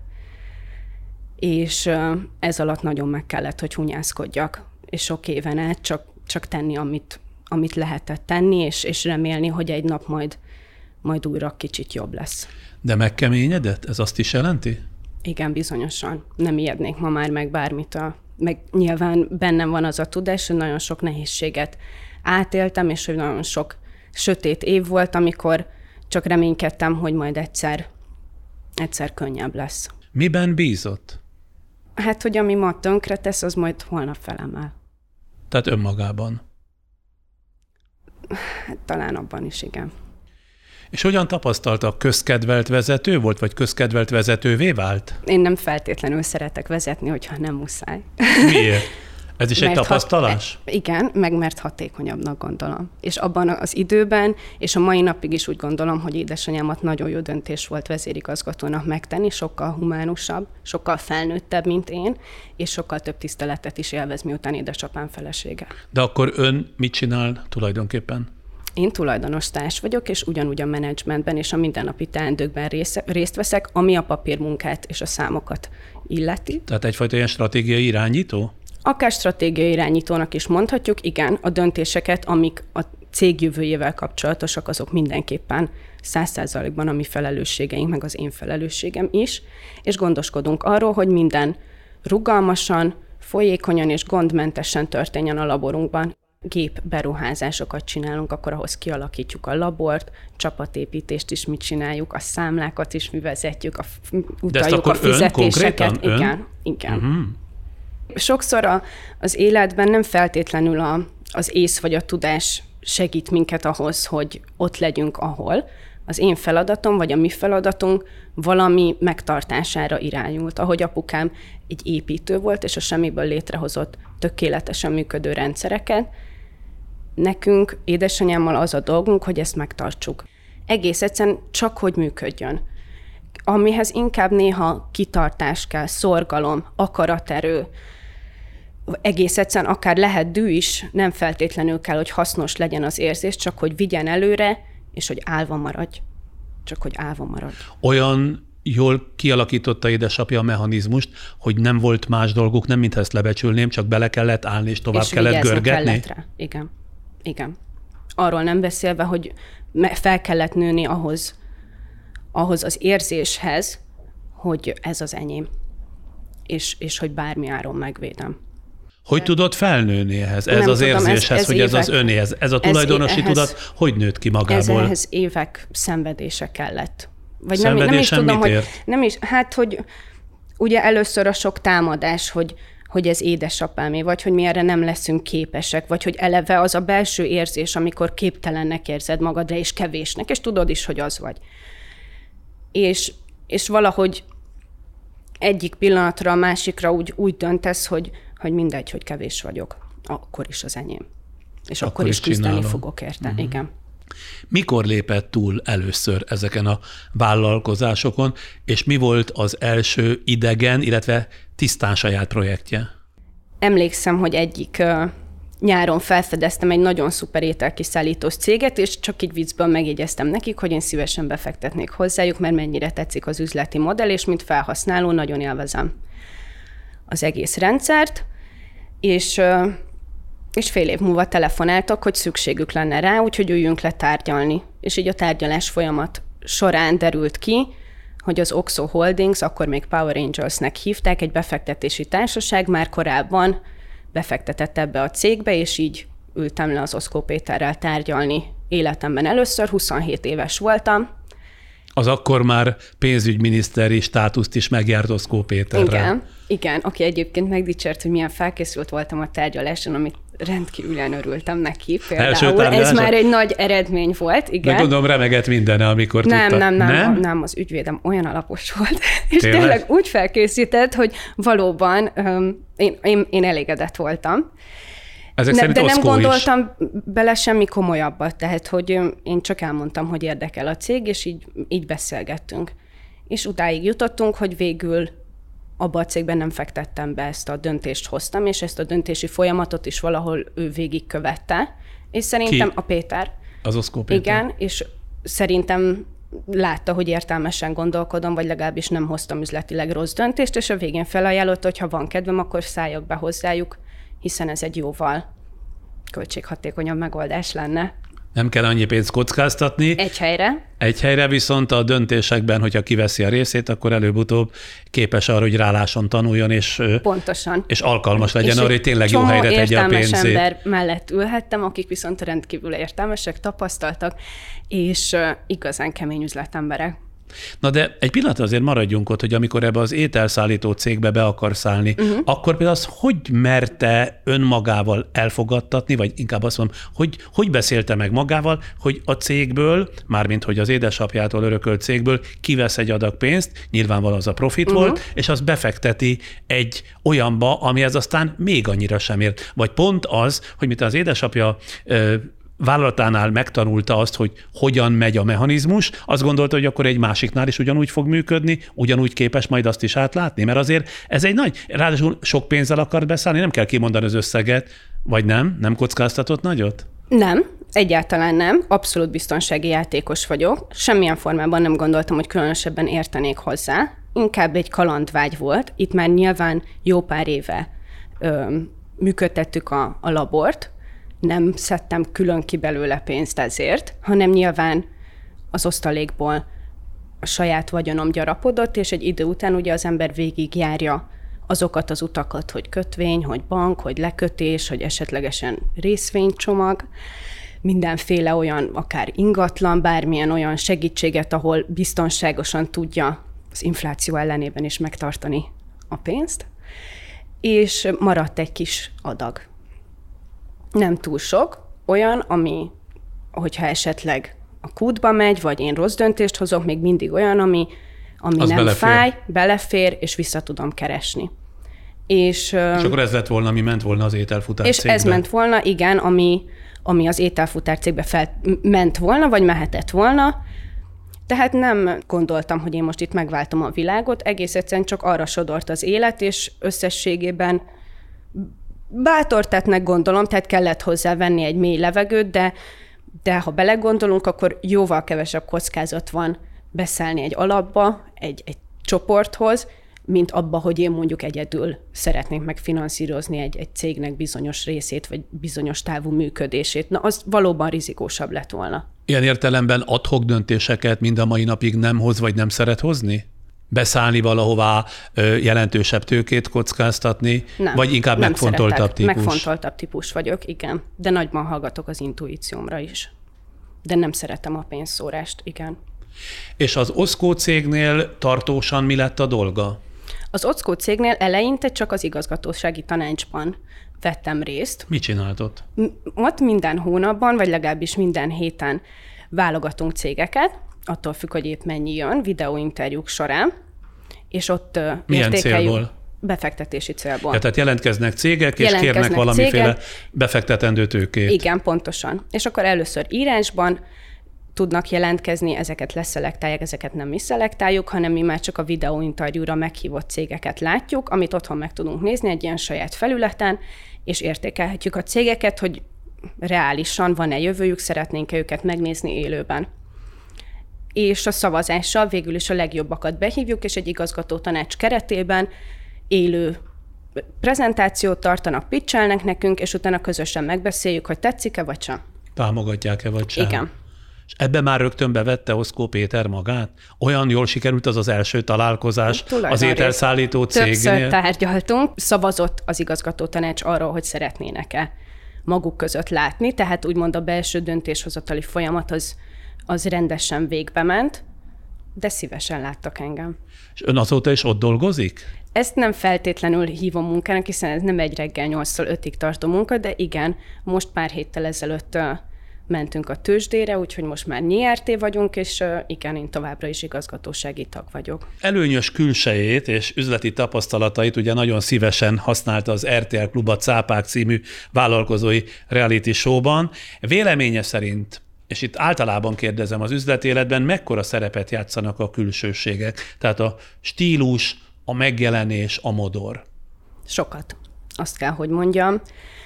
és ez alatt nagyon meg kellett, hogy hunyászkodjak, és sok éven át csak, csak tenni, amit, amit lehetett tenni, és, és remélni, hogy egy nap majd, majd újra kicsit jobb lesz. De megkeményedett? Ez azt is jelenti? Igen, bizonyosan. Nem ijednék ma már meg bármit. A, meg nyilván bennem van az a tudás, hogy nagyon sok nehézséget átéltem, és hogy nagyon sok sötét év volt, amikor csak reménykedtem, hogy majd egyszer, egyszer könnyebb lesz. Miben bízott? Hát, hogy ami ma tönkre tesz, az majd holnap felemel. Tehát önmagában. Hát, talán abban is, igen. És hogyan tapasztalta, közkedvelt vezető volt, vagy közkedvelt vezetővé vált? Én nem feltétlenül szeretek vezetni, hogyha nem muszáj. Miért? Ez is mert egy tapasztalás? Hat, igen, meg mert hatékonyabbnak gondolom. És abban az időben, és a mai napig is úgy gondolom, hogy édesanyámat nagyon jó döntés volt vezérigazgatónak megtenni, sokkal humánusabb, sokkal felnőttebb, mint én, és sokkal több tiszteletet is élvez, miután édesapám felesége. De akkor ön mit csinál tulajdonképpen? Én tulajdonos társ vagyok, és ugyanúgy a menedzsmentben és a mindennapi teendőkben rész, részt veszek, ami a papírmunkát és a számokat illeti. Tehát egyfajta ilyen stratégiai irányító? Akár stratégiai irányítónak is mondhatjuk, igen, a döntéseket, amik a cég jövőjével kapcsolatosak, azok mindenképpen száz százalékban a mi felelősségeink, meg az én felelősségem is, és gondoskodunk arról, hogy minden rugalmasan, folyékonyan és gondmentesen történjen a laborunkban. Gépberuházásokat csinálunk, akkor ahhoz kialakítjuk a labort, csapatépítést is mit csináljuk, a számlákat is mi vezetjük, a, utaljuk a fizetéseket. Ön, igen, ön? igen. Uh-huh. Sokszor a, az életben nem feltétlenül a, az ész vagy a tudás segít minket ahhoz, hogy ott legyünk, ahol. Az én feladatom, vagy a mi feladatunk valami megtartására irányult. Ahogy apukám egy építő volt, és a semmiből létrehozott tökéletesen működő rendszereket, nekünk édesanyámmal az a dolgunk, hogy ezt megtartsuk. Egész egyszerűen csak, hogy működjön. Amihez inkább néha kitartás kell, szorgalom, akaraterő, egész egyszerűen akár lehet dű is, nem feltétlenül kell, hogy hasznos legyen az érzés, csak hogy vigyen előre, és hogy állva maradj. Csak hogy állva maradj. Olyan jól kialakította édesapja a mechanizmust, hogy nem volt más dolguk, nem mintha ezt lebecsülném, csak bele kellett állni, és tovább és kellett görgetni? Kellett rá. Igen. Igen. Arról nem beszélve, hogy fel kellett nőni ahhoz, ahhoz az érzéshez, hogy ez az enyém, és, és hogy bármi áron megvédem. Hogy De... tudod felnőni ehhez? Ez nem az tudom, érzéshez, ez, ez hogy évek, ez az önéhez? Ez a tulajdonosi ez, tudat hogy nőtt ki magából? Ehhez évek szenvedése kellett. Vagy Szenvedésen nem, nem is tudom, mit hogy nem is, hát, hogy ugye először a sok támadás, hogy, hogy ez édesapámé, vagy hogy mi erre nem leszünk képesek, vagy hogy eleve az a belső érzés, amikor képtelennek érzed magadra, és kevésnek, és tudod is, hogy az vagy. És, és valahogy egyik pillanatra a másikra úgy, úgy döntesz, hogy, hogy mindegy, hogy kevés vagyok. Akkor is az enyém. És akkor, akkor is küzdeni csinálom. Fogok érte. Uh-huh. Igen. Mikor lépett túl először ezeken a vállalkozásokon, és mi volt az első idegen, illetve tisztán saját projektje? Emlékszem, hogy egyik uh, nyáron felfedeztem egy nagyon szuper ételkiszállítós céget, és csak így viccből megjegyeztem nekik, hogy én szívesen befektetnék hozzájuk, mert mennyire tetszik az üzleti modell, és mint felhasználó nagyon élvezem az egész rendszert, és, uh, és fél év múlva telefonáltak, hogy szükségük lenne rá, úgyhogy üljünk le tárgyalni. És így a tárgyalás folyamat során derült ki, hogy az Oxo Holdings, akkor még Power Angelsnek hívták, egy befektetési társaság már korábban befektetett ebbe a cégbe, és így ültem le az Oszkó Péterrel tárgyalni életemben először, huszonhét éves voltam. Az akkor már pénzügyminiszteri státuszt is megjárt Oszkó Péterrel. Igen, igen, aki egyébként megdicsért, hogy milyen felkészült voltam a tárgyaláson, amit rendkívülen örültem neki például. Ez már egy nagy eredmény volt, igen. De gondolom remegett mindene, amikor nem, tudta. Nem, nem, nem, nem, az ügyvédem olyan alapos volt, és Tényleg? tényleg úgy felkészített, hogy valóban um, én, én, én elégedett voltam. Ezek Ne, de nem gondoltam is. bele semmi komolyabbat, tehát hogy én csak elmondtam, hogy érdekel a cég, és így, így beszélgettünk. És utáig jutottunk, hogy végül abba a cégben nem fektettem be, ezt a döntést hoztam, és ezt a döntési folyamatot is valahol ő végigkövette. És szerintem Ki? a Péter. Az Oszkó Péter. Igen, és szerintem látta, hogy értelmesen gondolkodom, vagy legalábbis nem hoztam üzletileg rossz döntést, és a végén felajánlott, hogy ha van kedvem, akkor szálljak be hozzájuk, hiszen ez egy jóval költséghatékonyabb megoldás lenne. Nem kell annyi pénzt kockáztatni. Egy helyre. Egy helyre, viszont a döntésekben, hogyha kiveszi a részét, akkor előbb-utóbb képes arra, hogy ráláson tanuljon, és, Pontosan. és alkalmas legyen és arra, hogy tényleg jó helyre tegye a pénzét. értelmes ember mellett ülhettem, akik viszont rendkívül értelmesek, tapasztaltak, és uh, igazán kemény üzletemberek. Na de egy pillanat azért maradjunk ott, hogy amikor ebbe az ételszállító cégbe be akarsz állni, uh-huh. akkor például az hogy merte önmagával elfogadtatni, vagy inkább azt mondom, hogy hogy beszélte meg magával, hogy a cégből, mármint hogy az édesapjától örökölt cégből kivesz egy adag pénzt, nyilvánvalóan az a profit uh-huh. volt, és azt befekteti egy olyanba, amihez aztán még annyira sem ért. Vagy pont az, hogy mint az édesapja ö, vállalatánál megtanulta azt, hogy hogyan megy a mechanizmus, azt gondolta, hogy akkor egy másiknál is ugyanúgy fog működni, ugyanúgy képes majd azt is átlátni, mert azért ez egy nagy, ráadásul sok pénzzel akart beszállni, nem kell kimondani az összeget, vagy nem? Nem kockáztatott nagyot? Nem, egyáltalán nem. Abszolút biztonsági játékos vagyok. Semmilyen formában nem gondoltam, hogy különösebben értenék hozzá. Inkább egy kalandvágy volt. Itt már nyilván jó pár éve ö, működtettük a, a labort, nem szedtem külön ki belőle pénzt ezért, hanem nyilván az osztalékból a saját vagyonom gyarapodott, és egy idő után ugye az ember végigjárja azokat az utakat, hogy kötvény, hogy bank, hogy lekötés, hogy esetlegesen részvénycsomag, mindenféle olyan, akár ingatlan, bármilyen olyan segítséget, ahol biztonságosan tudja az infláció ellenében is megtartani a pénzt, és maradt egy kis adag. Nem túl sok, olyan, ami, hogyha esetleg a kútba megy, vagy én rossz döntést hozok, még mindig olyan, ami, ami nem belefér. fáj, belefér, és vissza tudom keresni. És, és akkor ez lett volna, ami ment volna az ételfutár és cégbe. És ez ment volna, igen, ami, ami az ételfutár cégbe fel, ment volna, vagy mehetett volna. Tehát nem gondoltam, hogy én most itt megváltom a világot, egész egyszerűen csak arra sodort az élet, és összességében bátor tettnek gondolom, tehát kellett hozzá venni egy mély levegőt, de, de ha belegondolunk, akkor jóval kevesebb kockázat van beszállni egy alapba, egy, egy csoporthoz, mint abba, hogy én mondjuk egyedül szeretnék megfinanszírozni egy, egy cégnek bizonyos részét, vagy bizonyos távú működését. Na, az valóban rizikósabb lett volna. Ilyen értelemben ad hoc döntéseket mind a mai napig nem hoz, vagy nem szeret hozni? Beszállni valahová, jelentősebb tőkét kockáztatni, nem, vagy inkább nem megfontoltabb szeretek. típus? Megfontoltabb típus vagyok, igen. De nagyban hallgatok az intuíciómra is. De nem szeretem a pénzszórást, igen. És az Oszkó cégnél tartósan mi lett a dolga? Az Oszkó cégnél eleinte csak az igazgatósági tanácsban vettem részt. Mit csináltott? Ott minden hónapban, vagy legalábbis minden héten válogatunk cégeket, attól függ, hogy épp mennyi jön, videóinterjúk során, és ott milyen értékeljük. Célból? Befektetési célból. Ja, tehát jelentkeznek cégek, és jelentkeznek kérnek valamiféle cégek. Befektetendő tőkét. Igen, pontosan. És akkor először írásban tudnak jelentkezni, ezeket leszelektálják, ezeket nem mi szelektáljuk, hanem mi már csak a videóinterjúra meghívott cégeket látjuk, amit otthon meg tudunk nézni egy ilyen saját felületen, és értékelhetjük a cégeket, hogy reálisan van-e jövőjük, szeretnénk-e őket megnézni élőben. És a szavazással végül is a legjobbakat behívjuk, és egy igazgató tanács keretében élő prezentációt tartanak, pitchelnek nekünk, és utána közösen megbeszéljük, hogy tetszik-e vagy sem. Támogatják-e vagy sem. Igen. És ebbe már rögtön bevette Oszkó Péter magát? Olyan jól sikerült az az első találkozás az ételszállító cégnél? Többször tárgyaltunk, szavazott az igazgatótanács arról, hogy szeretnének-e maguk között látni, tehát úgymond a belső döntéshozatali folyamat az, az rendesen végbe ment, de szívesen láttak engem. És ön azóta is ott dolgozik? Ezt nem feltétlenül hívom munkának, hiszen ez nem egy reggel nyolctól ötig tartó munka, de igen, most pár héttel ezelőtt mentünk a tőzsdére, úgyhogy most már en i er té vagyunk, és igen, én továbbra is igazgatósági tag vagyok. Előnyös külsejét és üzleti tapasztalatait ugye nagyon szívesen használta az er té el Klub a Cápák című vállalkozói reality showban. Véleménye szerint, és itt általában kérdezem, az üzletéletben mekkora szerepet játszanak a külsőségek? Tehát a stílus, a megjelenés, a modor. Sokat. Azt kell, hogy mondjam.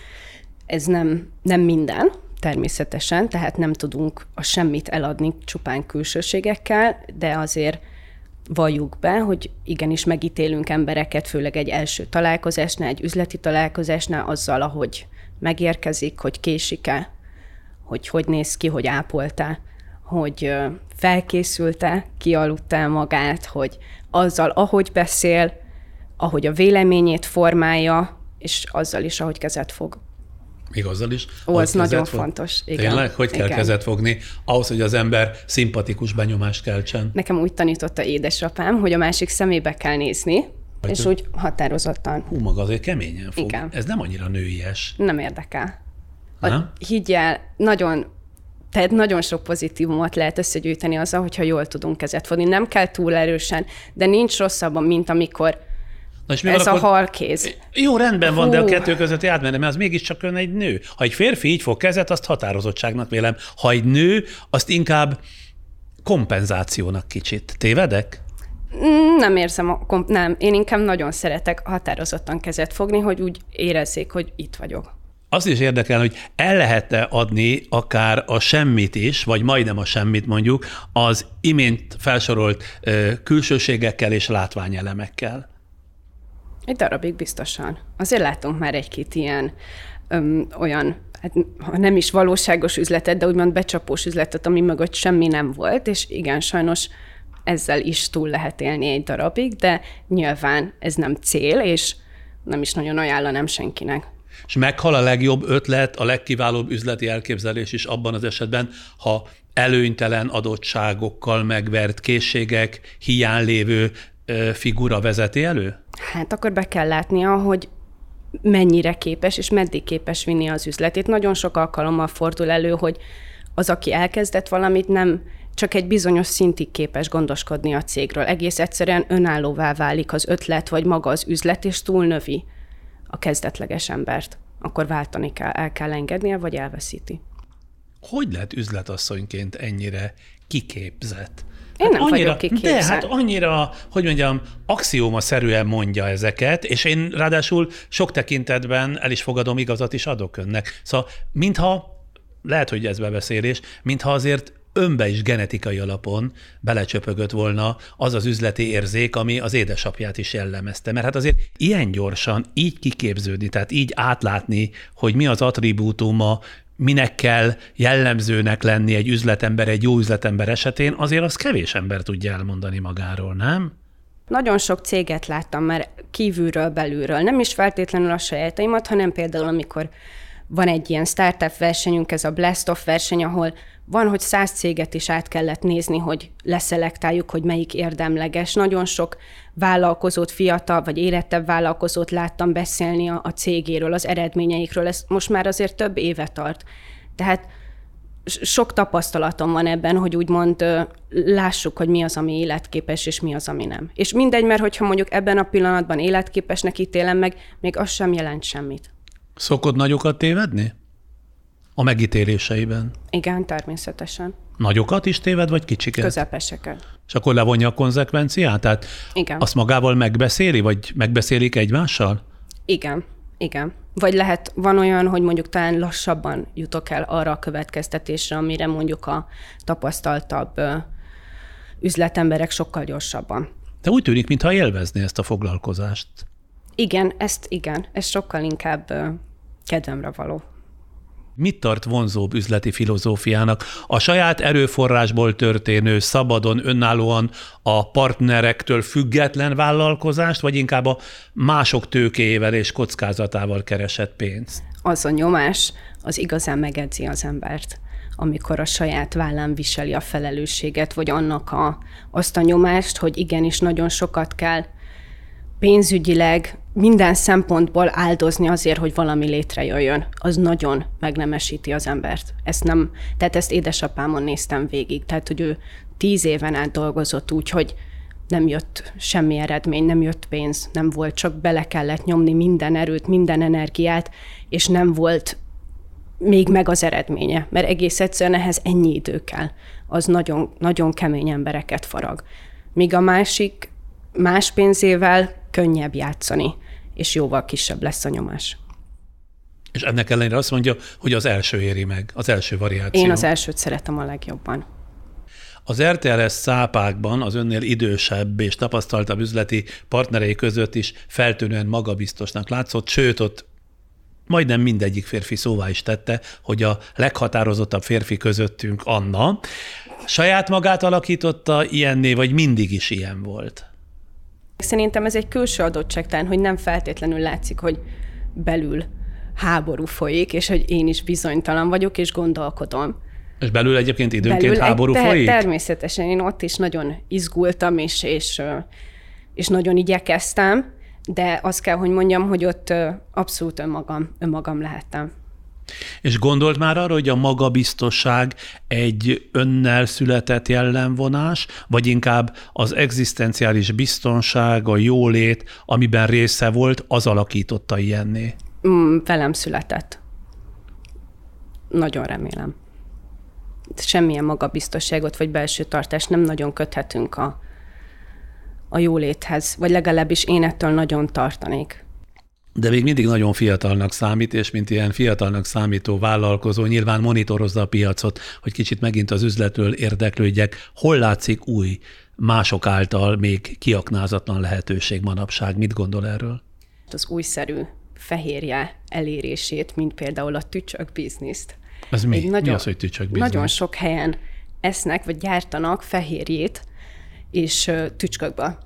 Ez nem, nem minden, természetesen, tehát nem tudunk a semmit eladni csupán külsőségekkel, de azért valljuk be, hogy igenis megítélünk embereket, főleg egy első találkozásnál, egy üzleti találkozásnál azzal, ahogy megérkezik, hogy késik-e, hogy hogy néz ki, hogy ápolta, hogy felkészülte, kialudta magát, hogy azzal, ahogy beszél, ahogy a véleményét formálja, és azzal is, ahogy kezet fog. Még azzal is? Ó, az nagyon fog? fontos. Igen. Tényleg? Hogy kell Igen. kezet fogni? Ahhoz, hogy az ember szimpatikus benyomást keltsen. Nekem úgy tanította édesapám, hogy a másik szemébe kell nézni, vagy és te... úgy határozottan. Hú, maga azért keményen fog. Igen. Ez nem annyira nőies. Nem érdekel. A, higgyel, nagyon, tehát nagyon sok pozitívumot lehet összegyűjteni azzal, hogyha jól tudunk kezet fogni. Nem kell túl erősen, de nincs rosszabban, mint amikor Na és ez akkor... a halkéz. Jó, rendben Hú. van, de a kettő közötti átmenő, mert az mégiscsak ön egy nő. Ha egy férfi így fog kezet, azt határozottságnak vélem. Ha egy nő, azt inkább kompenzációnak kicsit. Tévedek? Nem érzem, a komp- nem. Én inkább nagyon szeretek határozottan kezet fogni, hogy úgy érezzék, hogy itt vagyok. Azt is érdekel, hogy el lehet-e adni akár a semmit is, vagy majdnem a semmit mondjuk, az imént felsorolt ö, külsőségekkel és látványelemekkel? Egy darabig biztosan. Azért látunk már egy-két ilyen öm, olyan, hát, ha nem is valóságos üzletet, de úgymond becsapós üzletet, ami mögött semmi nem volt, és igen, sajnos ezzel is túl lehet élni egy darabig, de nyilván ez nem cél, és nem is nagyon ajánlanám senkinek. És meghal a legjobb ötlet, a legkiválóbb üzleti elképzelés is abban az esetben, ha előnytelen adottságokkal megvert készségek, hiány lévő figura vezeti elő? Hát akkor be kell látnia, hogy mennyire képes, és meddig képes vinni az üzletét. Nagyon sok alkalommal fordul elő, hogy az, aki elkezdett valamit, nem csak egy bizonyos szintig képes gondoskodni a cégről. Egész egyszerűen önállóvá válik az ötlet, vagy maga az üzlet, és túlnövi a kezdetleges embert. Akkor váltani kell, el kell engednie, vagy elveszíti. Hogy lehet üzletasszonyként ennyire kiképzett? Én nem hát annyira, vagyok kiképzett. De hát annyira, hogy mondjam, axiómaszerűen mondja ezeket, és én ráadásul sok tekintetben el is fogadom, igazat is adok önnek. Szóval mintha, lehet, hogy ez bebeszélés, mintha azért önbe is genetikai alapon belecsöpögött volna az az üzleti érzék, ami az édesapját is jellemezte. Mert hát azért ilyen gyorsan, így kiképződni, tehát így átlátni, hogy mi az attribútuma, minek kell jellemzőnek lenni egy üzletember, egy jó üzletember esetén, azért az kevés ember tudja elmondani magáról, nem? Nagyon sok céget láttam már kívülről, belülről. Nem is feltétlenül a sajátaimat, hanem például, amikor van egy ilyen startup versenyünk, ez a Blast Off verseny, ahol van, hogy száz céget is át kellett nézni, hogy leszelektáljuk, hogy melyik érdemleges. Nagyon sok vállalkozót, fiatal vagy érettebb vállalkozót láttam beszélni a, a cégéről, az eredményeikről. Ez most már azért több éve tart. Tehát sok tapasztalatom van ebben, hogy úgymond lássuk, hogy mi az, ami életképes, és mi az, ami nem. És mindegy, mert hogyha mondjuk ebben a pillanatban életképesnek ítélem meg, még az sem jelent semmit. Szokod nagyokat tévedni? A megítéléseiben? Igen, természetesen. Nagyokat is téved, vagy kicsiket? Közepeseket. És akkor levonja a konzekvenciát? Tehát igen. Azt magával megbeszéli, vagy megbeszélik egymással? Igen, igen. Vagy lehet, van olyan, hogy mondjuk talán lassabban jutok el arra a következtetésre, amire mondjuk a tapasztaltabb üzletemberek sokkal gyorsabban. De úgy tűnik, mintha élvezné ezt a foglalkozást. Igen, ezt igen. Ez sokkal inkább kedvemre való. Mit tart vonzóbb üzleti filozófiának? A saját erőforrásból történő, szabadon, önállóan a partnerektől független vállalkozást, vagy inkább a mások tőkéjével és kockázatával keresett pénzt? Az a nyomás, az igazán megedzi az embert, amikor a saját vállán viseli a felelősséget, vagy annak a, azt a nyomást, hogy igenis nagyon sokat kell pénzügyileg, minden szempontból áldozni azért, hogy valami létrejöjjön. Az nagyon megnemesíti az embert. Ezt nem, tehát ezt édesapámon néztem végig. Tehát, hogy ő tíz éven át dolgozott úgy, hogy nem jött semmi eredmény, nem jött pénz, nem volt, csak bele kellett nyomni minden erőt, minden energiát, és nem volt még meg az eredménye, mert egész egyszerűen ehhez ennyi idő kell. Az nagyon, nagyon kemény embereket farag. Míg a másik más pénzével könnyebb játszani, és jóval kisebb lesz a nyomás. És ennek ellenére azt mondja, hogy az első éri meg, az első variáció. Én az elsőt szeretem a legjobban. Az er té el es szápákban az önnél idősebb és tapasztaltabb üzleti partnerei között is feltűnően magabiztosnak látszott, sőt, ott majdnem mindegyik férfi szóvá is tette, hogy a leghatározottabb férfi közöttünk Anna. Saját magát alakította ilyenné, vagy mindig is ilyen volt? Szerintem ez egy külső adottságtán, hogy nem feltétlenül látszik, hogy belül háború folyik, és hogy én is bizonytalan vagyok, és gondolkodom. És belül egyébként időnként belül háború egy, folyik? Természetesen, én ott is nagyon izgultam, és, és, és nagyon igyekeztem, de azt kell, hogy mondjam, hogy ott abszolút önmagam, önmagam lehettem. És gondolt már arra, hogy a magabiztosság egy önnel született jellemvonás, vagy inkább az egzisztenciális biztonság, a jólét, amiben része volt, az alakította ilyenné? Mm, velem született. Nagyon remélem. Semmilyen magabiztosságot vagy belső tartást nem nagyon köthetünk a, a jóléthez, vagy legalábbis én ettől nagyon tartanék. De még mindig nagyon fiatalnak számít, és mint ilyen fiatalnak számító vállalkozó nyilván monitorozza a piacot, hogy kicsit megint az üzletről érdeklődjek. Hol látszik új, mások által még kiaknázatlan lehetőség manapság? Mit gondol erről? Az újszerű fehérje elérését, mint például a tücsök bizniszt. Ez mi? Nagyon, mi az, hogy tücsök biznisz? Nagyon sok helyen esznek, vagy gyártanak fehérjét, és tücskökbe.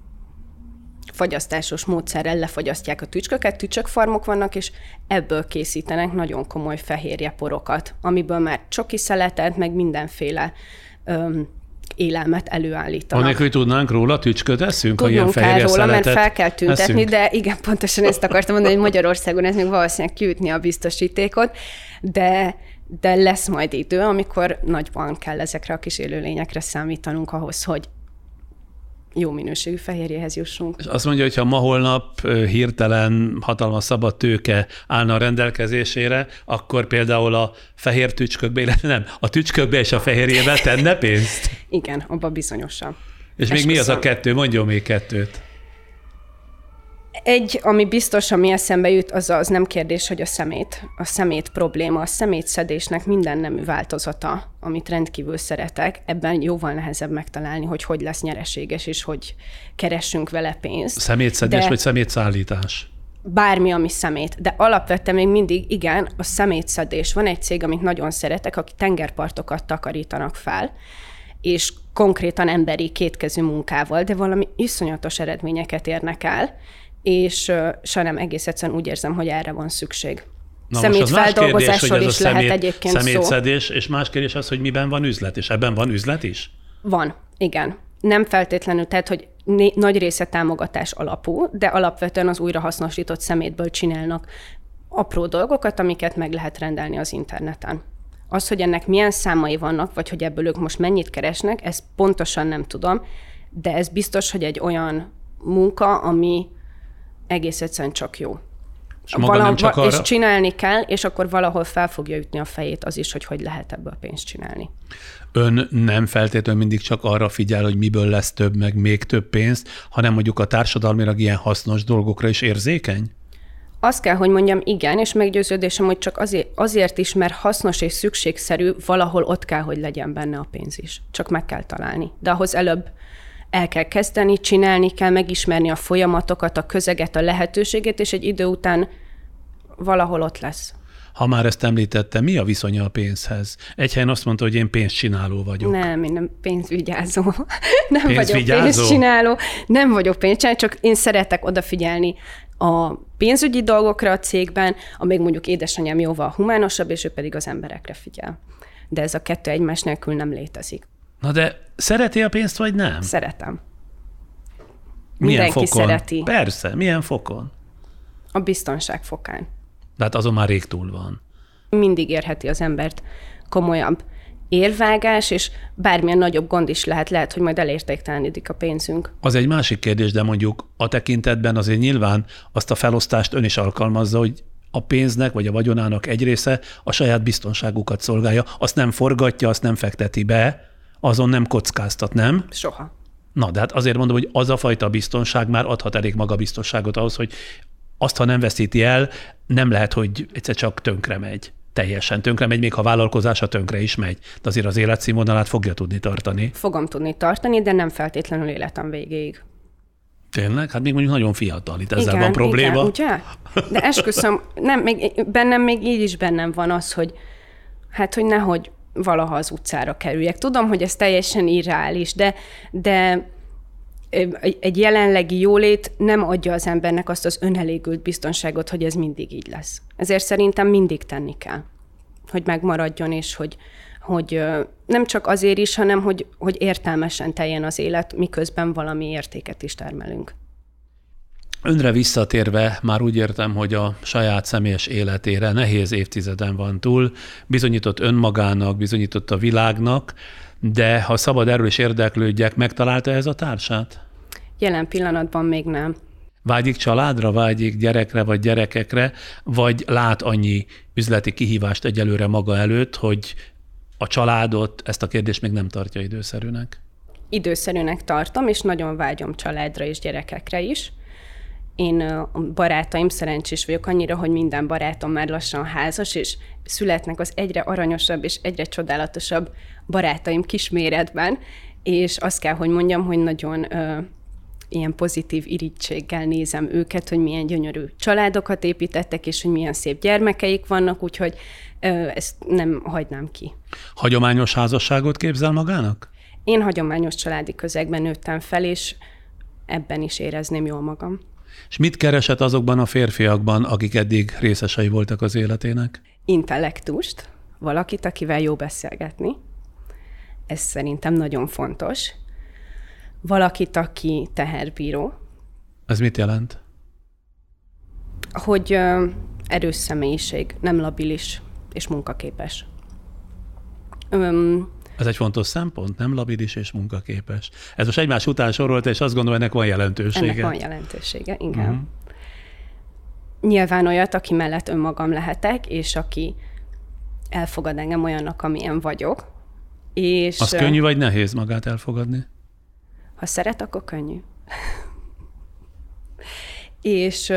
Fagyasztásos módszerrel lefagyasztják a tücsköket, tücsökfarmok vannak, és ebből készítenek nagyon komoly fehérjeporokat, amiből már csoki szeletet, meg mindenféle öm, élelmet előállítanak. Annélkül, hogy tudnánk róla, tücsköt eszünk, Tudnunk ha ilyen fehérje róla, mert fel kell tüntetni, eszünk. De igen, pontosan ezt akartam mondani, hogy Magyarországon ez még valószínűleg kiütni a biztosítékot, de, de lesz majd idő, amikor nagyban kell ezekre a kis élőlényekre számítanunk ahhoz, hogy jó minőségű fehérjéhez jussunk. És azt mondja, hogy ha ma-holnap hirtelen hatalmas szabad tőke állna a rendelkezésére, akkor például a fehér tücskökbe, illetve nem, a tücskökbe és a fehérjébe tenne pénzt? Igen, abban bizonyosan. És még mi az a kettő? Mondjon még kettőt. Egy, ami biztos, ami eszembe jut, az az nem kérdés, hogy a szemét. A szemét probléma, a szemétszedésnek minden nemű változata, amit rendkívül szeretek, ebben jóval nehezebb megtalálni, hogy hogy lesz nyereséges, és hogy keressünk vele pénzt. Szemétszedés De... vagy szemétszállítás? Bármi, ami szemét. De alapvetően még mindig, igen, a szemétszedés. Van egy cég, amit nagyon szeretek, aki tengerpartokat takarítanak fel, és konkrétan emberi kétkezű munkával, de valami iszonyatos eredményeket érnek el, és uh, sajnálom egész egyszerűen úgy érzem, hogy erre van szükség. Szemétfeldolgozásról is lehet szemét, egyébként szó. Szemétszedés, és más kérdés az, hogy miben van üzlet, és ebben van üzlet is? Van, igen. Nem feltétlenül, tehát, hogy né- nagy része támogatás alapú, de alapvetően az újrahasznosított szemétből csinálnak apró dolgokat, amiket meg lehet rendelni az interneten. Az, hogy ennek milyen számai vannak, vagy hogy ebből ők most mennyit keresnek, ezt pontosan nem tudom, de ez biztos, hogy egy olyan munka, ami egész egyszerűen csak jó. És, maga nem csak arra... és csinálni kell, és akkor valahol fel fogja ütni a fejét az is, hogy hogy lehet ebből pénzt csinálni. Ön nem feltétlenül mindig csak arra figyel, hogy miből lesz több, meg még több pénzt, hanem mondjuk a társadalmilag ilyen hasznos dolgokra is érzékeny? Azt kell, hogy mondjam, igen, és meggyőződésem, hogy csak azért, azért is, mert hasznos és szükségszerű, valahol ott kell, hogy legyen benne a pénz is. Csak meg kell találni. De ahhoz előbb el kell kezdeni, csinálni kell, megismerni a folyamatokat, a közeget, a lehetőséget, és egy idő után valahol ott lesz. Ha már ezt említette, mi a viszonya a pénzhez? Egy helyen azt mondta, hogy én pénzcsináló vagyok. Nem, én nem pénzvigyázó. Nem Pénzvigyázó? vagyok pénzcsináló. Nem vagyok pénzcsináló, csak én szeretek odafigyelni a pénzügyi dolgokra a cégben, amíg mondjuk édesanyám jóval humánosabb, és ő pedig az emberekre figyel. De ez a kettő egymás nélkül nem létezik. Na de szereti a pénzt, vagy nem? Szeretem. Milyen Mindenki fokon? szereti. Persze, milyen fokon? A biztonság fokán. De hát azon már rég túl van. Mindig érheti az embert komolyabb érvágás, és bármilyen nagyobb gond is lehet, lehet, hogy majd elértéktelenítik a pénzünk. Az egy másik kérdés, de mondjuk a tekintetben azért nyilván azt a felosztást ön is alkalmazza, hogy a pénznek vagy a vagyonának egy része a saját biztonságukat szolgálja, azt nem forgatja, azt nem fekteti be, azon nem kockáztat, nem? Soha. Na, de hát azért mondom, hogy az a fajta biztonság már adhat elég magabiztosságot ahhoz, hogy azt, ha nem veszíti el, nem lehet, hogy egyszer csak tönkre megy. Teljesen tönkre megy, még ha vállalkozása tönkre is megy. De azért az életszínvonalát fogja tudni tartani. Fogom tudni tartani, de nem feltétlenül életem végéig. Tényleg? Hát még mondjuk nagyon fiatal, itt ezzel igen, van probléma. Igen, ugye? De esküszöm, nem, még, bennem még így is bennem van az, hogy hát, hogy nehogy valaha az utcára kerüljek. Tudom, hogy ez teljesen irreális, de, de egy jelenlegi jólét nem adja az embernek azt az önelégült biztonságot, hogy ez mindig így lesz. Ezért szerintem mindig tenni kell, hogy megmaradjon, és hogy, hogy nem csak azért is, hanem hogy, hogy értelmesen teljen az élet, miközben valami értéket is termelünk. Önre visszatérve már úgy értem, hogy a saját személyes életére nehéz évtizeden van túl, bizonyított önmagának, bizonyított a világnak, de ha szabad erről is érdeklődjek, megtalálta ez a társát? Jelen pillanatban még nem. Vágyik családra, vágyik gyerekre vagy gyerekekre, vagy lát annyi üzleti kihívást egyelőre maga előtt, hogy a családot, ezt a kérdést még nem tartja időszerűnek? Időszerűnek tartom, és nagyon vágyom családra és gyerekekre is. Én a barátaim, szerencsés vagyok annyira, hogy minden barátom már lassan házas, és születnek az egyre aranyosabb és egyre csodálatosabb barátaim kisméretben, és azt kell, hogy mondjam, hogy nagyon ö, ilyen pozitív irítséggel nézem őket, hogy milyen gyönyörű családokat építettek, és hogy milyen szép gyermekeik vannak, úgyhogy ö, ezt nem hagynám ki. Hagyományos házasságot képzel magának? Én hagyományos családi közegben nőttem fel, és ebben is érezném jól magam. És mit keresett azokban a férfiakban, akik eddig részesei voltak az életének? Intellektust, valakit, akivel jó beszélgetni. Ez szerintem nagyon fontos. Valakit, aki teherbíró. Ez mit jelent? Hogy ö, erős személyiség, nem labilis és munkaképes. Öm, Ez egy fontos szempont, nem labilis és munkaképes. Ez most egymás után sorolta, és azt gondolom, ennek van jelentősége. Ennek van jelentősége, igen. Uh-huh. Nyilván olyat, aki mellett önmagam lehetek, és aki elfogad engem olyannak, amilyen vagyok. És az könnyű vagy nehéz magát elfogadni? Ha szeret, akkor könnyű. és,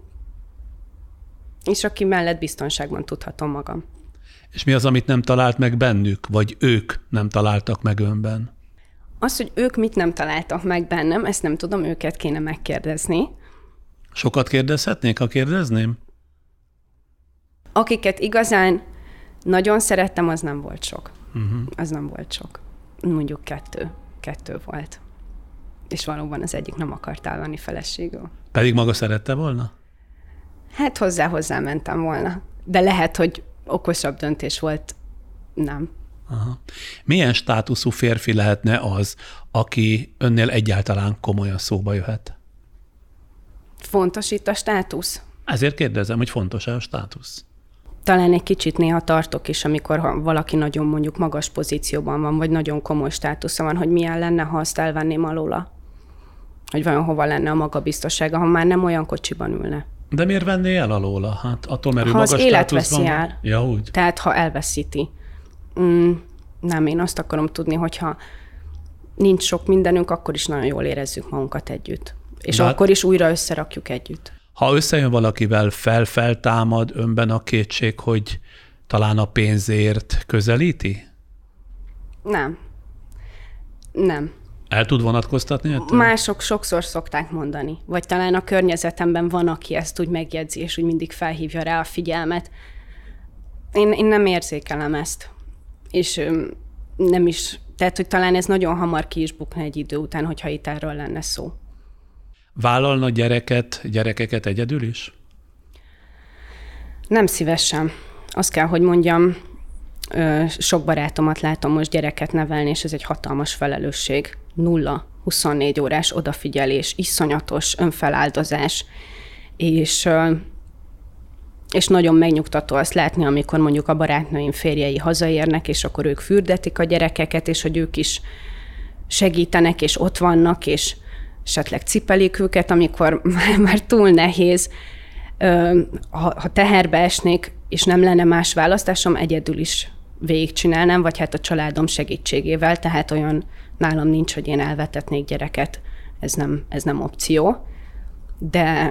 és aki mellett biztonságban tudhatom magam. És mi az, amit nem talált meg bennük, vagy ők nem találtak meg önben? Az, hogy ők mit nem találtak meg bennem, ezt nem tudom, őket kéne megkérdezni. Sokat kérdezhetnék, ha kérdezném? Akiket igazán nagyon szerettem, az nem volt sok. Uh-huh. Az nem volt sok. Mondjuk kettő. Kettő volt. És valóban az egyik nem akart állni feleségül. Pedig maga szerette volna? Hát hozzá-hozzá mentem volna. De lehet, hogy okosabb döntés volt. Nem. Aha. Milyen státuszú férfi lehetne az, aki önnél egyáltalán komolyan szóba jöhet? Fontos itt a státusz? Ezért kérdezem, hogy fontos-e a státusz? Talán egy kicsit néha tartok is, amikor ha valaki nagyon mondjuk magas pozícióban van, vagy nagyon komoly státusza van, hogy milyen lenne, ha azt elvenném alóla. Hogy vajon hova lenne a magabiztossága, ha már nem olyan kocsiban ülne. De miért venné el alóla? Hát attól, mert ő ha magas az élet státuszban veszi van. el. Ja, úgy. Tehát ha elveszíti. Mm, nem, én azt akarom tudni, hogyha nincs sok mindenünk, akkor is nagyon jól érezzük magunkat együtt. És De akkor is újra összerakjuk együtt. Ha összejön valakivel, fel-feltámad önben a kétség, hogy talán a pénzért közelíti? Nem. Nem. El tud vonatkoztatni ettől? Mások sokszor szokták mondani. Vagy talán a környezetemben van, aki ezt úgy megjegyzi, és úgy mindig felhívja rá a figyelmet. Én, én nem érzékelem ezt. És nem is, tehát, hogy talán ez nagyon hamar ki is bukna egy idő után, hogyha itt erről lenne szó. Vállalna gyereket, gyerekeket egyedül is? Nem szívesen. Azt kell, hogy mondjam, sok barátomat látom most gyereket nevelni, és ez egy hatalmas felelősség. Nulla, huszonnégy órás odafigyelés, iszonyatos önfeláldozás, és, és nagyon megnyugtató azt látni, amikor mondjuk a barátnőim férjei hazaérnek, és akkor ők fürdetik a gyerekeket, és hogy ők is segítenek, és ott vannak, és esetleg cipelik őket, amikor már, már túl nehéz. Ha, ha teherbe esnék, és nem lenne más választásom, egyedül is végigcsinálnám, vagy hát a családom segítségével, tehát olyan nálam nincs, hogy én elvetetnék gyereket. Ez nem, ez nem opció. De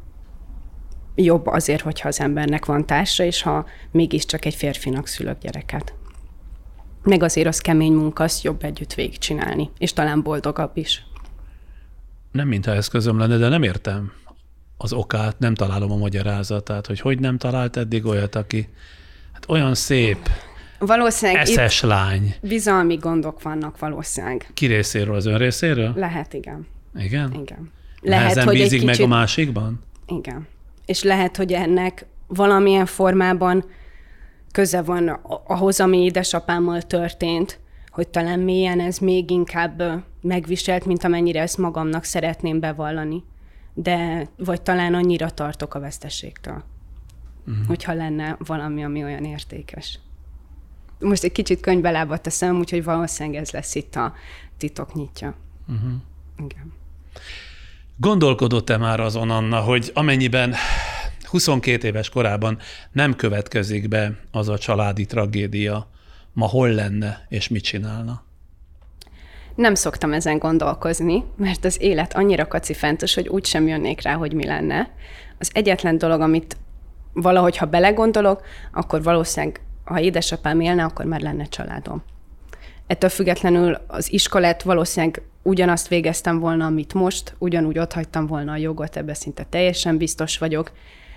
jobb azért, hogyha az embernek van társa, és ha mégiscsak egy férfinak szülök gyereket. Meg azért az kemény munka, azt jobb együtt végigcsinálni, és talán boldogabb is. Nem mintha eszközöm lenne, de nem értem az okát, nem találom a magyarázatát, hogy hogy nem talált eddig olyat, aki hát olyan szép, valószínűleg eszes lány. Bizalmi gondok vannak valószínűleg. Ki részéről, az ön részéről? Lehet, igen. Igen? Igen. Lehet, hogy bízik egy kicsit... meg a másikban? Igen. És lehet, hogy ennek valamilyen formában köze van ahhoz, ami édesapámmal történt, hogy talán mélyen ez még inkább megviselt, mint amennyire ezt magamnak szeretném bevallani. De vagy talán annyira tartok a veszteségtől, uh-huh. hogyha lenne valami, ami olyan értékes. Most egy kicsit könyvbe lábadt a szemem, úgyhogy valószínűleg ez lesz itt a titok nyitja. Uh-huh. Igen. Gondolkodott-e már azon, Anna, hogy amennyiben huszonkét éves korában nem következik be az a családi tragédia, ma hol lenne és mit csinálna? Nem szoktam ezen gondolkozni, mert az élet annyira kacifántos, hogy úgy sem jönnék rá, hogy mi lenne. Az egyetlen dolog, amit valahogy, ha belegondolok, akkor valószínűleg, ha édesapám élne, akkor már lenne családom. Ettől függetlenül az iskolát valószínűleg ugyanazt végeztem volna, amit most, ugyanúgy otthagytam volna a jogot, ebben szinte teljesen biztos vagyok.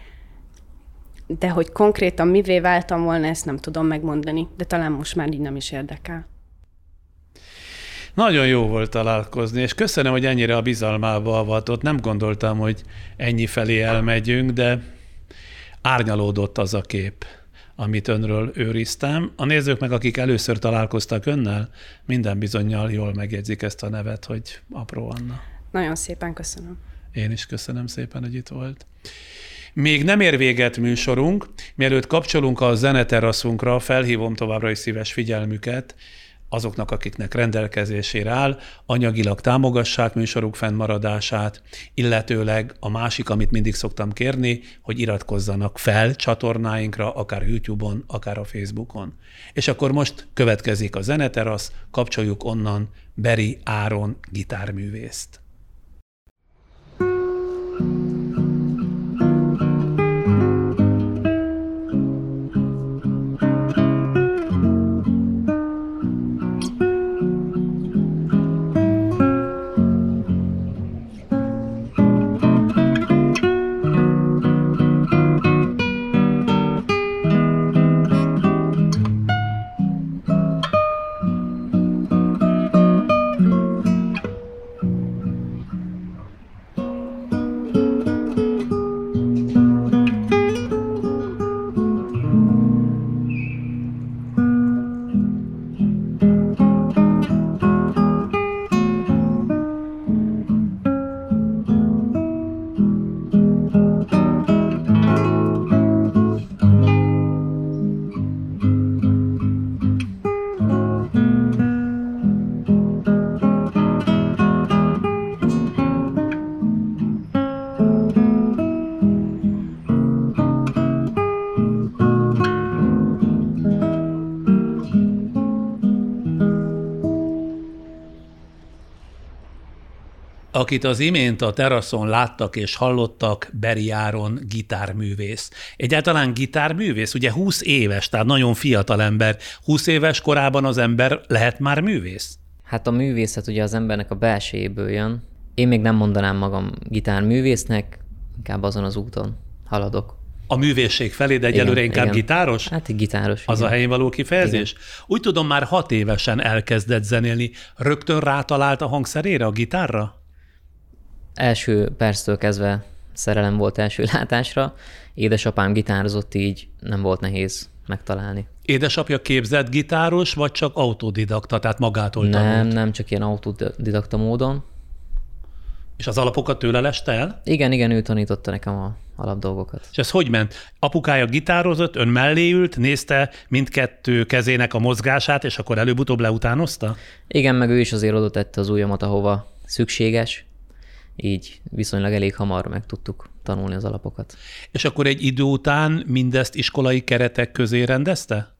De hogy konkrétan mivé váltam volna, ezt nem tudom megmondani, de talán most már így nem is érdekel. Nagyon jó volt találkozni, és köszönöm, hogy ennyire a bizalmába avatott. Nem gondoltam, hogy ennyi felé elmegyünk, de árnyalódott az a kép, amit önről őriztem. A nézők meg, akik először találkoztak önnel, minden bizonnyal jól megjegyzik ezt a nevet, hogy Apró Anna. Nagyon szépen köszönöm. Én is köszönöm szépen, hogy itt volt. Még nem ér véget műsorunk, mielőtt kapcsolunk a zeneteraszunkra, felhívom továbbra is szíves figyelmüket azoknak, akiknek rendelkezésére áll, anyagilag támogassák műsoruk fennmaradását, illetőleg a másik, amit mindig szoktam kérni, hogy iratkozzanak fel csatornáinkra, akár YouTube-on, akár a Facebookon. És akkor most következik a zeneterasz, kapcsoljuk onnan Beri Áron gitárművészt. Akit az imént a teraszon láttak és hallottak, Beri Áron gitárművész. Egyáltalán gitárművész? Ugye húsz éves, tehát nagyon fiatal ember. húsz éves korában az ember lehet már művész? Hát a művészet ugye az embernek a belsejéből jön. Én még nem mondanám magam gitárművésznek, inkább azon az úton haladok. A művészség felé, de egyelőre Igen, inkább igen. gitáros? Hát egy gitáros. Az igen. a helyén való kifejezés? Igen. Úgy tudom, már hat évesen elkezdett zenélni. Rögtön rátalált a hangszerére, a gitárra? Első perctől kezdve szerelem volt első látásra. Édesapám gitározott, így nem volt nehéz megtalálni. Édesapja képzett gitáros, vagy csak autodidakta, tehát magától Nem, tanult? nem, csak ilyen autodidakta módon. És az alapokat tőle leste el? Igen, igen, ő tanította nekem a alapdolgokat. És ez hogy ment? Apukája gitározott, ön mellé ült, nézte mindkettő kezének a mozgását, és akkor előbb-utóbb leutánozta? Igen, meg ő is azért oda tette az ujjamat, ahova szükséges. Így viszonylag elég hamar meg tudtuk tanulni az alapokat. És akkor egy idő után mindezt iskolai keretek közé rendezte?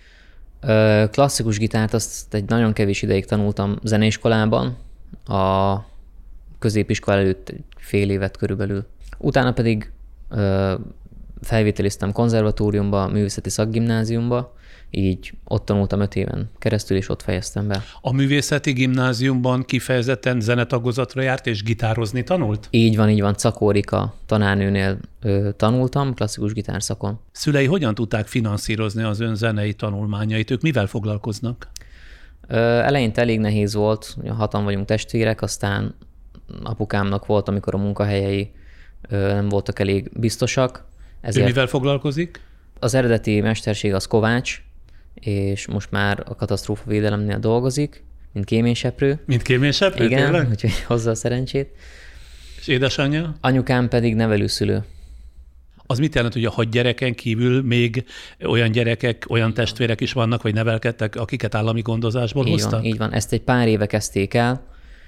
Ö, klasszikus gitárt azt egy nagyon kevés ideig tanultam zeneiskolában, a középiskola előtt egy fél évet körülbelül. Utána pedig ö, felvételiztem konzervatóriumba, művészeti szakgimnáziumba, így ott tanultam öt éven keresztül, és ott fejeztem be. A művészeti gimnáziumban kifejezetten zenetagozatra járt, és gitározni tanult? Így van, így van. Cakórika tanárnőnél ö, tanultam, klasszikus gitárszakon. Szülei hogyan tudták finanszírozni az ön zenei tanulmányait? Ők mivel foglalkoznak? Ö, eleinte elég nehéz volt, hatan vagyunk testvérek, aztán apukámnak volt, amikor a munkahelyei ö, nem voltak elég biztosak. Ezért... Ő mivel foglalkozik? Az eredeti mesterség az kovács, és most már a katasztrófavédelemnél dolgozik, mint kéményseprő. Mint kéményseprő? Igen, tényleg? úgyhogy hozza a szerencsét. És édesanyja? Anyukám pedig nevelőszülő. Az mit jelent, hogy a hat gyereken kívül még olyan gyerekek, olyan testvérek is vannak, vagy nevelkedtek, akiket állami gondozásból így hoztak? Van, így van, ezt egy pár éve kezdték el,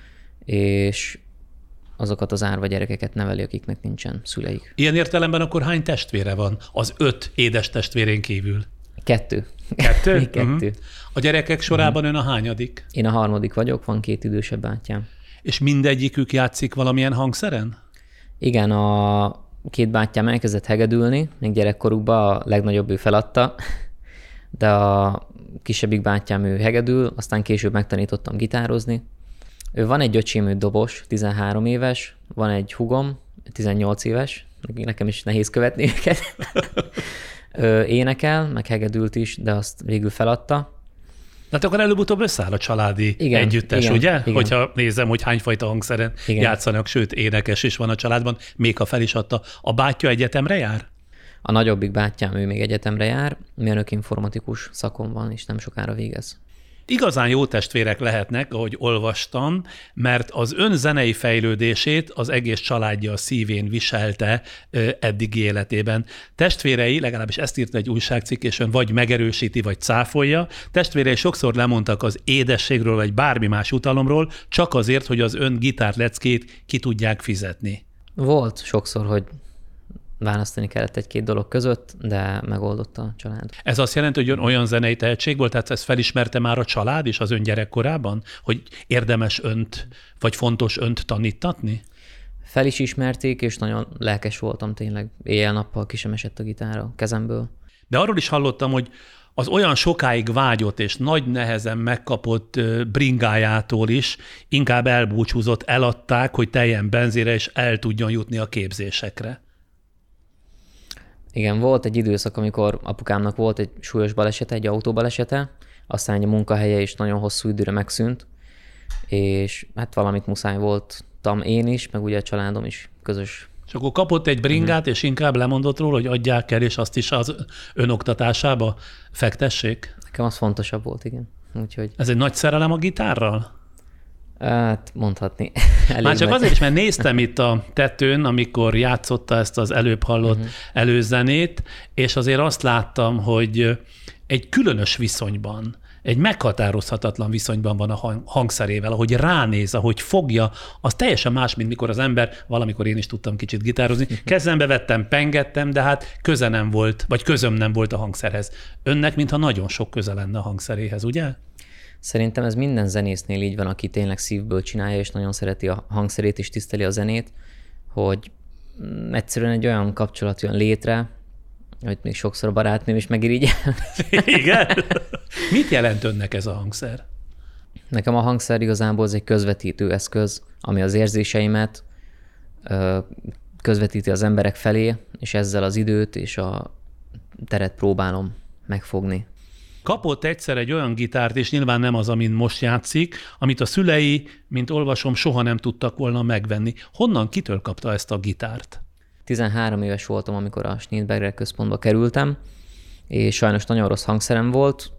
és azokat az árva gyerekeket neveli, akiknek nincsen szüleik. Ilyen értelemben akkor hány testvére van az öt édes testvérén kívül? Kettő. Kettő? Még kettő. Uh-huh. A gyerekek sorában uh-huh. ön a hányadik? Én a harmadik vagyok, van két idősebb bátyám. És mindegyikük játszik valamilyen hangszeren? Igen, a két bátyám elkezdett hegedülni, még gyerekkorukban a legnagyobb ő feladta, de a kisebbik bátyám ő hegedül, aztán később megtanítottam gitározni. Van egy öcsém, ő dobos, tizenhárom éves, van egy húgom, tizennyolc éves, nekem is nehéz követni őket. Ő énekel, meg hegedült is, de azt végül feladta. Hát akkor előbb-utóbb összeáll a családi igen, együttes, igen, ugye? Igen. Hogyha nézem, hogy hányfajta hangszeren igen. játszanak, sőt, énekes is van a családban, még ha fel is adta. A bátyja egyetemre jár? A nagyobbik bátyám, ő még egyetemre jár, mérnök informatikus szakon van, és nem sokára végez. Igazán jó testvérek lehetnek, ahogy olvastam, mert az ön zenei fejlődését az egész családja a szívén viselte eddigi életében. Testvérei, legalábbis ezt írta egy újságcikk, és ön vagy megerősíti, vagy cáfolja, testvérei sokszor lemondtak az édességről, vagy bármi más utalomról, csak azért, hogy az ön gitárleckét ki tudják fizetni. Volt sokszor, hogy választani kellett egy-két dolog között, de megoldotta a család. Ez azt jelenti, hogy ön olyan zenei tehetség volt, tehát ezt felismerte már a család is az ön gyerekkorában, hogy érdemes önt, vagy fontos önt tanítatni? Fel is ismerték, és nagyon lelkes voltam tényleg. Éjjel-nappal ki sem esett a gitár a kezemből. De arról is hallottam, hogy az olyan sokáig vágyott és nagy nehezen megkapott bringájától is inkább elbúcsúzott, eladták, hogy teljen benzére és el tudjon jutni a képzésekre. Igen, volt egy időszak, amikor apukámnak volt egy súlyos balesete, egy autóbalesete, aztán a munkahelye is nagyon hosszú időre megszűnt, és hát valamit muszáj voltam én is, meg ugye a családom is közös. És akkor kapott egy bringát, uh-huh. és inkább lemondott róla, hogy adják el, és azt is az önoktatásába fektessék? Nekem az fontosabb volt, igen. Úgyhogy... Ez egy nagy szerelem a gitárral? Hát mondhatni. Már csak nagy. Azért is, mert néztem itt a tetőn, amikor játszotta ezt az előbb hallott uh-huh. előzenét, és azért azt láttam, hogy egy különös viszonyban, egy meghatározhatatlan viszonyban van a hangszerével, ahogy ránéz, ahogy fogja, az teljesen más, mint mikor az ember, valamikor én is tudtam kicsit gitározni, kezembe vettem, pengettem, de hát köze nem volt, vagy közöm nem volt a hangszerhez. Önnek, mintha nagyon sok köze lenne a hangszeréhez, ugye? Szerintem ez minden zenésznél így van, aki tényleg szívből csinálja, és nagyon szereti a hangszerét, és tiszteli a zenét, hogy egyszerűen egy olyan kapcsolat jön létre, hogy még sokszor a barátnőm is megirigyel. Igen? Mit jelent önnek ez a hangszer? Nekem a hangszer igazából ez egy közvetítő eszköz, ami az érzéseimet ö, közvetíti az emberek felé, és ezzel az időt és a teret próbálom megfogni. Kapott egyszer egy olyan gitárt, és nyilván nem az, amin most játszik, amit a szülei, mint olvasom, soha nem tudtak volna megvenni. Honnan, kitől kapta ezt a gitárt? tizenhárom éves voltam, amikor a Schneidberger központba kerültem, és sajnos nagyon rossz hangszerem volt,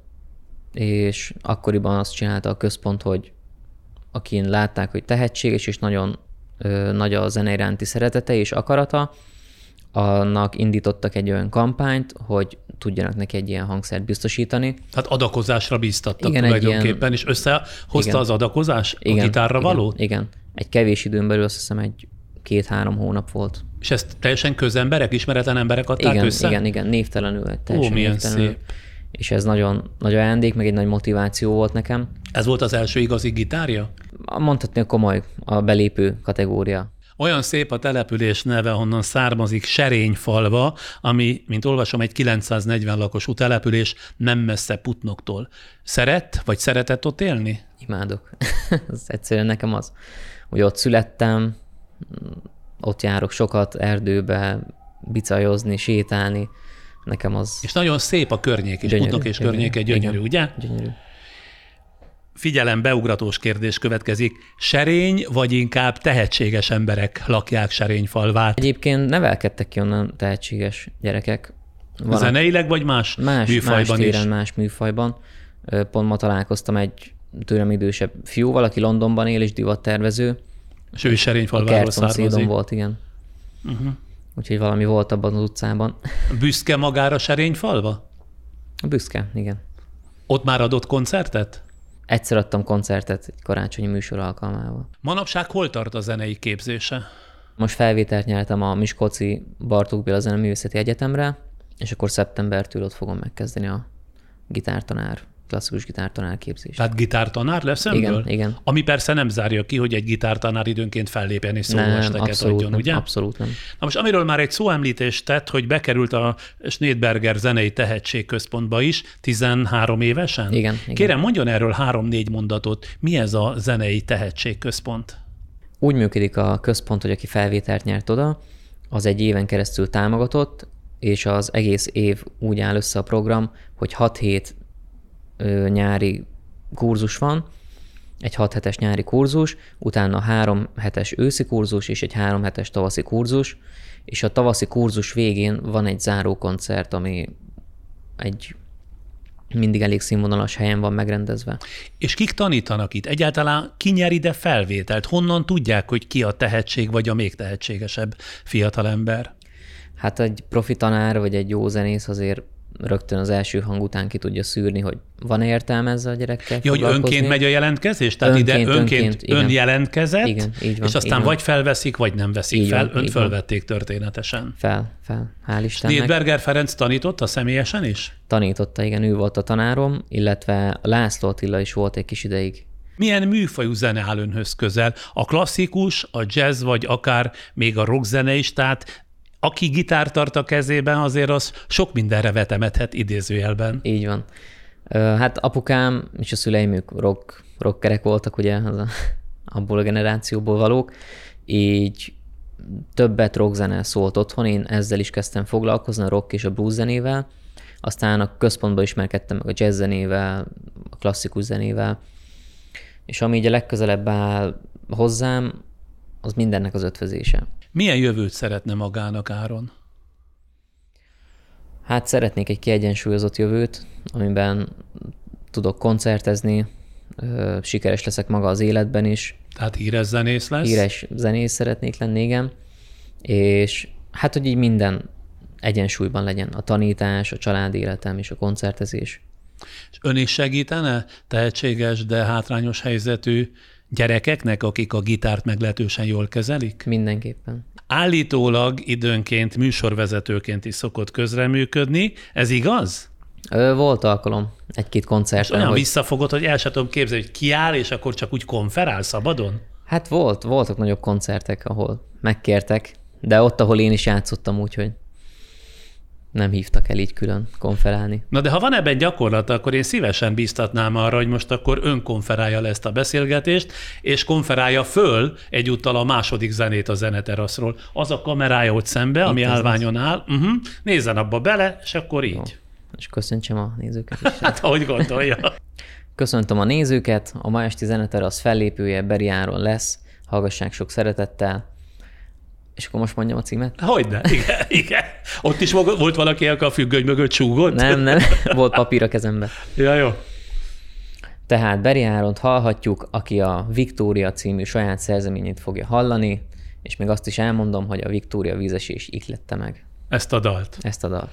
és akkoriban azt csinálta a központ, hogy akin látták, hogy tehetséges, és nagyon ö, nagy a zene iránti szeretete és akarata, annak indítottak egy olyan kampányt, hogy tudjanak neki egy ilyen hangszert biztosítani. Tehát adakozásra bíztattak igen, tulajdonképpen, ilyen... és összehozta igen. az adakozás igen, a gitárra igen, való? Igen. Egy kevés időn belül azt hiszem egy két-három hónap volt. És ezt teljesen közemberek, ismeretlen emberek adták igen, össze? Igen, igen, névtelenül. Teljesen Ó, milyen névtelenül. szép. És ez nagyon nagy ajándék, meg egy nagy motiváció volt nekem. Ez volt az első igazi gitárja? Mondhatni, a komoly, a belépő kategória. Olyan szép a település neve, honnan származik, Serényfalva, ami, mint olvasom, egy kilencszáznegyven lakosú település, nem messze Putnoktól. Szeret, vagy szeretett ott élni? Imádok. Ez egyszerűen nekem az, hogy ott születtem, ott járok sokat erdőbe, bicajozni, sétálni. Nekem az... És nagyon szép a környék is, gyönyörű, Putnok és gyönyörű, környéke gyönyörű, igen, ugye? Gyönyörű. Figyelem, beugratós kérdés következik. Serény, vagy inkább tehetséges emberek lakják Serényfalvát? Egyébként nevelkedtek ki onnan tehetséges gyerekek. Van zeneileg, vagy más, más műfajban más téren, is? Más műfajban. Pont ma találkoztam egy tőlem idősebb fiúval, aki Londonban él és divattervező. És ő is A Serényfalváról származik. kertszomszédom volt, igen. Uh-huh. Úgyhogy valami volt abban az utcában. Büszke magára Serényfalva? Büszke, igen. Ott már adott koncertet? Egyszer adtam koncertet egy karácsonyi műsor alkalmával. Manapság hol tart a zenei képzése? Most felvételt nyertem a Miskolci Bartók Béla Zeneművészeti Egyetemre, és akkor szeptembertől ott fogom megkezdeni a gitártanár, klasszikus gitártanár képzést. Tehát gitártanár lesz ebből? Igen, igen. Ami persze nem zárja ki, hogy egy gitártanár időnként fellépjen és szólóesteket adjon, nem, ugye? abszolút nem. Na most amiről már egy szóemlítést tett, hogy bekerült a Schneidberger Zenei Tehetségközpontba is, tizenhárom évesen? Igen, igen. Kérem, mondjon erről három-négy mondatot. Mi ez a Zenei Tehetségközpont? Úgy működik a központ, hogy aki felvételt nyert oda, az egy éven keresztül támogatott, és az egész év úgy áll össze a program, hogy hat hét ö, nyári kurzus van, egy hat hetes nyári kurzus, utána három hetes őszi kurzus és egy három hetes tavaszi kurzus, és a tavaszi kurzus végén van egy zárókoncert, ami egy mindig elég színvonalas helyen van megrendezve. És kik tanítanak itt? Egyáltalán ki nyer ide felvételt? Honnan tudják, hogy ki a tehetség, vagy a még tehetségesebb fiatalember? Hát egy profi tanár, vagy egy jó zenész azért rögtön az első hang után ki tudja szűrni, hogy van értelme ezzel a gyerekkel Ja, hogy önként megy a jelentkezés? Tehát önként, ide önként, önként ön jelentkezett, igen, így van, és aztán így vagy felveszik, vagy nem veszik így fel. Van, Önt fölvették történetesen. Fel, fel. Hál' Istennek. Schneidberger Ferenc tanította személyesen is? Tanította, igen, ő volt a tanárom, illetve László Attila is volt egy kis ideig. Milyen műfajú zene áll önhöz közel? A klasszikus, a jazz, vagy akár még a rockzene is, tehát aki gitárt tart a kezében, azért az sok mindenre vetemethet idézőjelben. Így van. Hát apukám és a szüleim ők rock, rockerek voltak, ugye, az a, abból a generációból valók, így többet rockzene szólt otthon, én ezzel is kezdtem foglalkozni, a rock és a blues zenével, aztán a központban ismerkedtem meg a jazz zenével, a klasszikus zenével, és ami így a legközelebb áll hozzám, az mindennek az ötvözése. Milyen jövőt szeretne magának Áron? Hát szeretnék egy kiegyensúlyozott jövőt, amiben tudok koncertezni, sikeres leszek maga az életben is. Tehát híres zenész lesz? Híres zenész szeretnék lenni, igen. És hát, hogy így minden egyensúlyban legyen. A tanítás, a családi életem és a koncertezés. És ön is segítene tehetséges, de hátrányos helyzetű gyerekeknek, akik a gitárt meglehetősen jól kezelik? Mindenképpen. Állítólag időnként műsorvezetőként is szokott közreműködni. Ez igaz? Volt alkalom egy-két koncerten. Olyan hogy... visszafogott, hogy el sem tudom képzelni, hogy kiáll, és akkor csak úgy konferál szabadon? Hát volt, voltak nagyobb koncertek, ahol megkértek, de ott, ahol én is játszottam, úgyhogy Nem hívtak el így külön konferálni. Na de ha van ebben gyakorlat, akkor én szívesen bíztatnám arra, hogy most akkor ön konferálja le ezt a beszélgetést, és konferálja föl egyúttal a második zenét a Zeneteraszról. Az a kamerája ott szembe, ami állványon áll, uh-huh. Nézzen abba bele, és akkor így. Jó. És köszöntsem a nézőket is. Hát, ahogy gondolja. Köszöntöm a nézőket, a ma esti Zeneterasz fellépője Beri Áron lesz, hallgassák sok szeretettel. És akkor most mondjam a címet? Hogyne, igen, igen. Ott is volt valaki, aki a függöny mögött súgott? Nem, nem, volt papír a kezembe. Ja, jó. Tehát Beri Áront hallhatjuk, aki a Viktória című saját szerzeményét fogja hallani, és még azt is elmondom, hogy a Viktória vízesés ihlette meg. Ezt a dalt. Ezt a dalt.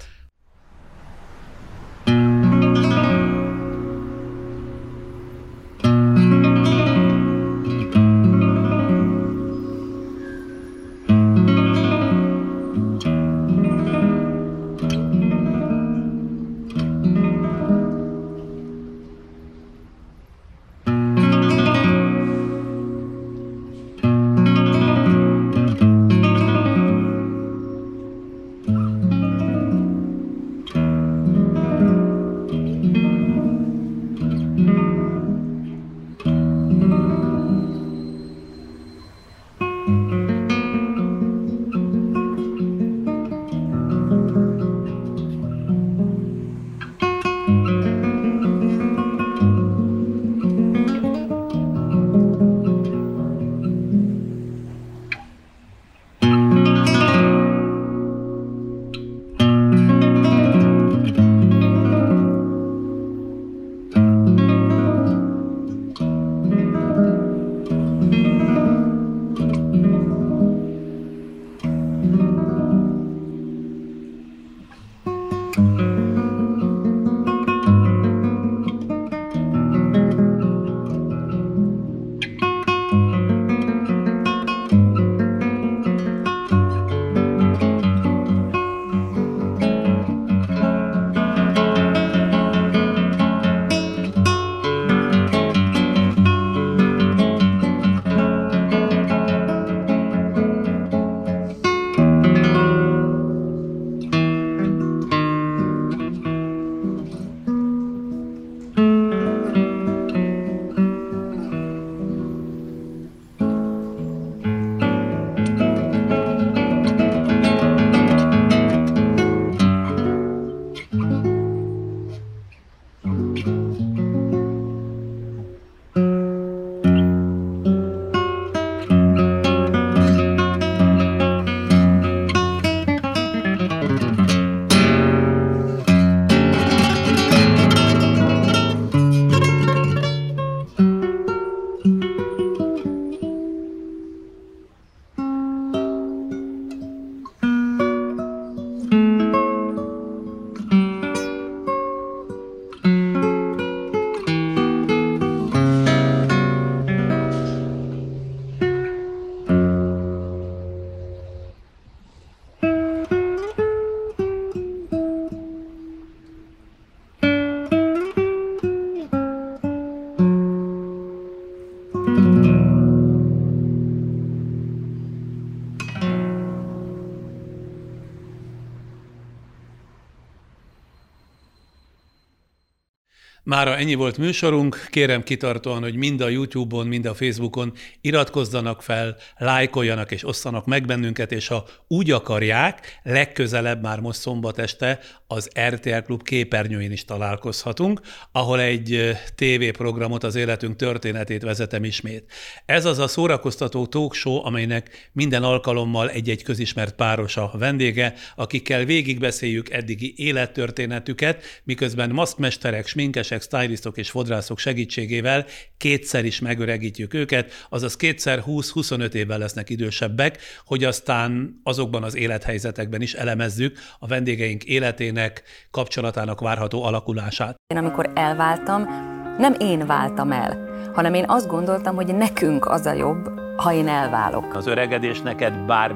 Mára ennyi volt műsorunk, kérem kitartóan, hogy mind a YouTube-on, mind a Facebookon iratkozzanak fel, lájkoljanak és osszanak meg bennünket, és ha úgy akarják, legközelebb már most szombat este az er té el Klub képernyőjén is találkozhatunk, ahol egy tévéprogramot, az életünk történetét vezetem ismét. Ez az a szórakoztató talk show, amelynek minden alkalommal egy-egy közismert páros a vendége, akikkel végigbeszéljük eddigi élettörténetüket, miközben maszkmesterek, sminkesek, stylistok és fodrászok segítségével kétszer is megöregítjük őket, azaz kétszer húsz-huszonöt évvel lesznek idősebbek, hogy aztán azokban az élethelyzetekben is elemezzük a vendégeink életének, kapcsolatának várható alakulását. Én amikor elváltam, nem én váltam el, hanem én azt gondoltam, hogy nekünk az a jobb, ha én elválok. Az öregedés neked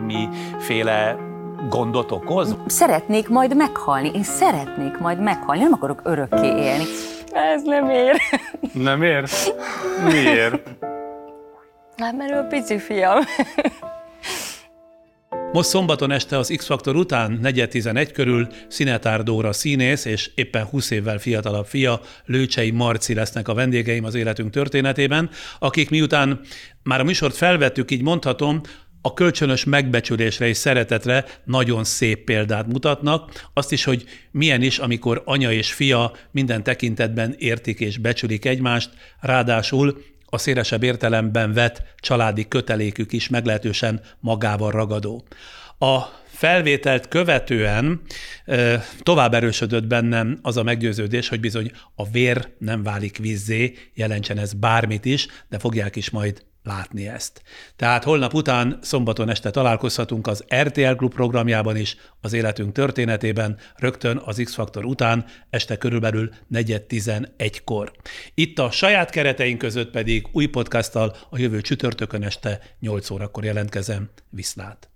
bármiféle gondot okoz? Szeretnék majd meghalni, én szeretnék majd meghalni, nem akarok örökké élni. Ez nem ér. Nem ér? Miért? Hát mert ő a pici fiam. Most szombaton este az X-Faktor után negyven tizenegy körül Szinetár Dóra színész és éppen húsz évvel fiatalabb fia, Lőcsei Marci lesznek a vendégeim az életünk történetében, akik miután már a műsort felvettük, így mondhatom, a kölcsönös megbecsülésre és szeretetre nagyon szép példát mutatnak. Azt is, hogy milyen is, amikor anya és fia minden tekintetben értik és becsülik egymást, ráadásul a szélesebb értelemben vett családi kötelékük is meglehetősen magával ragadó. A felvételt követően e, tovább erősödött bennem az a meggyőződés, hogy bizony a vér nem válik vízzé, jelentsen ez bármit is, de fogják is majd látni ezt. Tehát holnap után, szombaton este találkozhatunk az er té el Klub programjában is, az életünk történetében, rögtön az X-Faktor után, este körülbelül negyven tizenegykor. Itt a saját kereteink között pedig új podcasttal a jövő csütörtökön este nyolc órakor jelentkezem. Viszlát!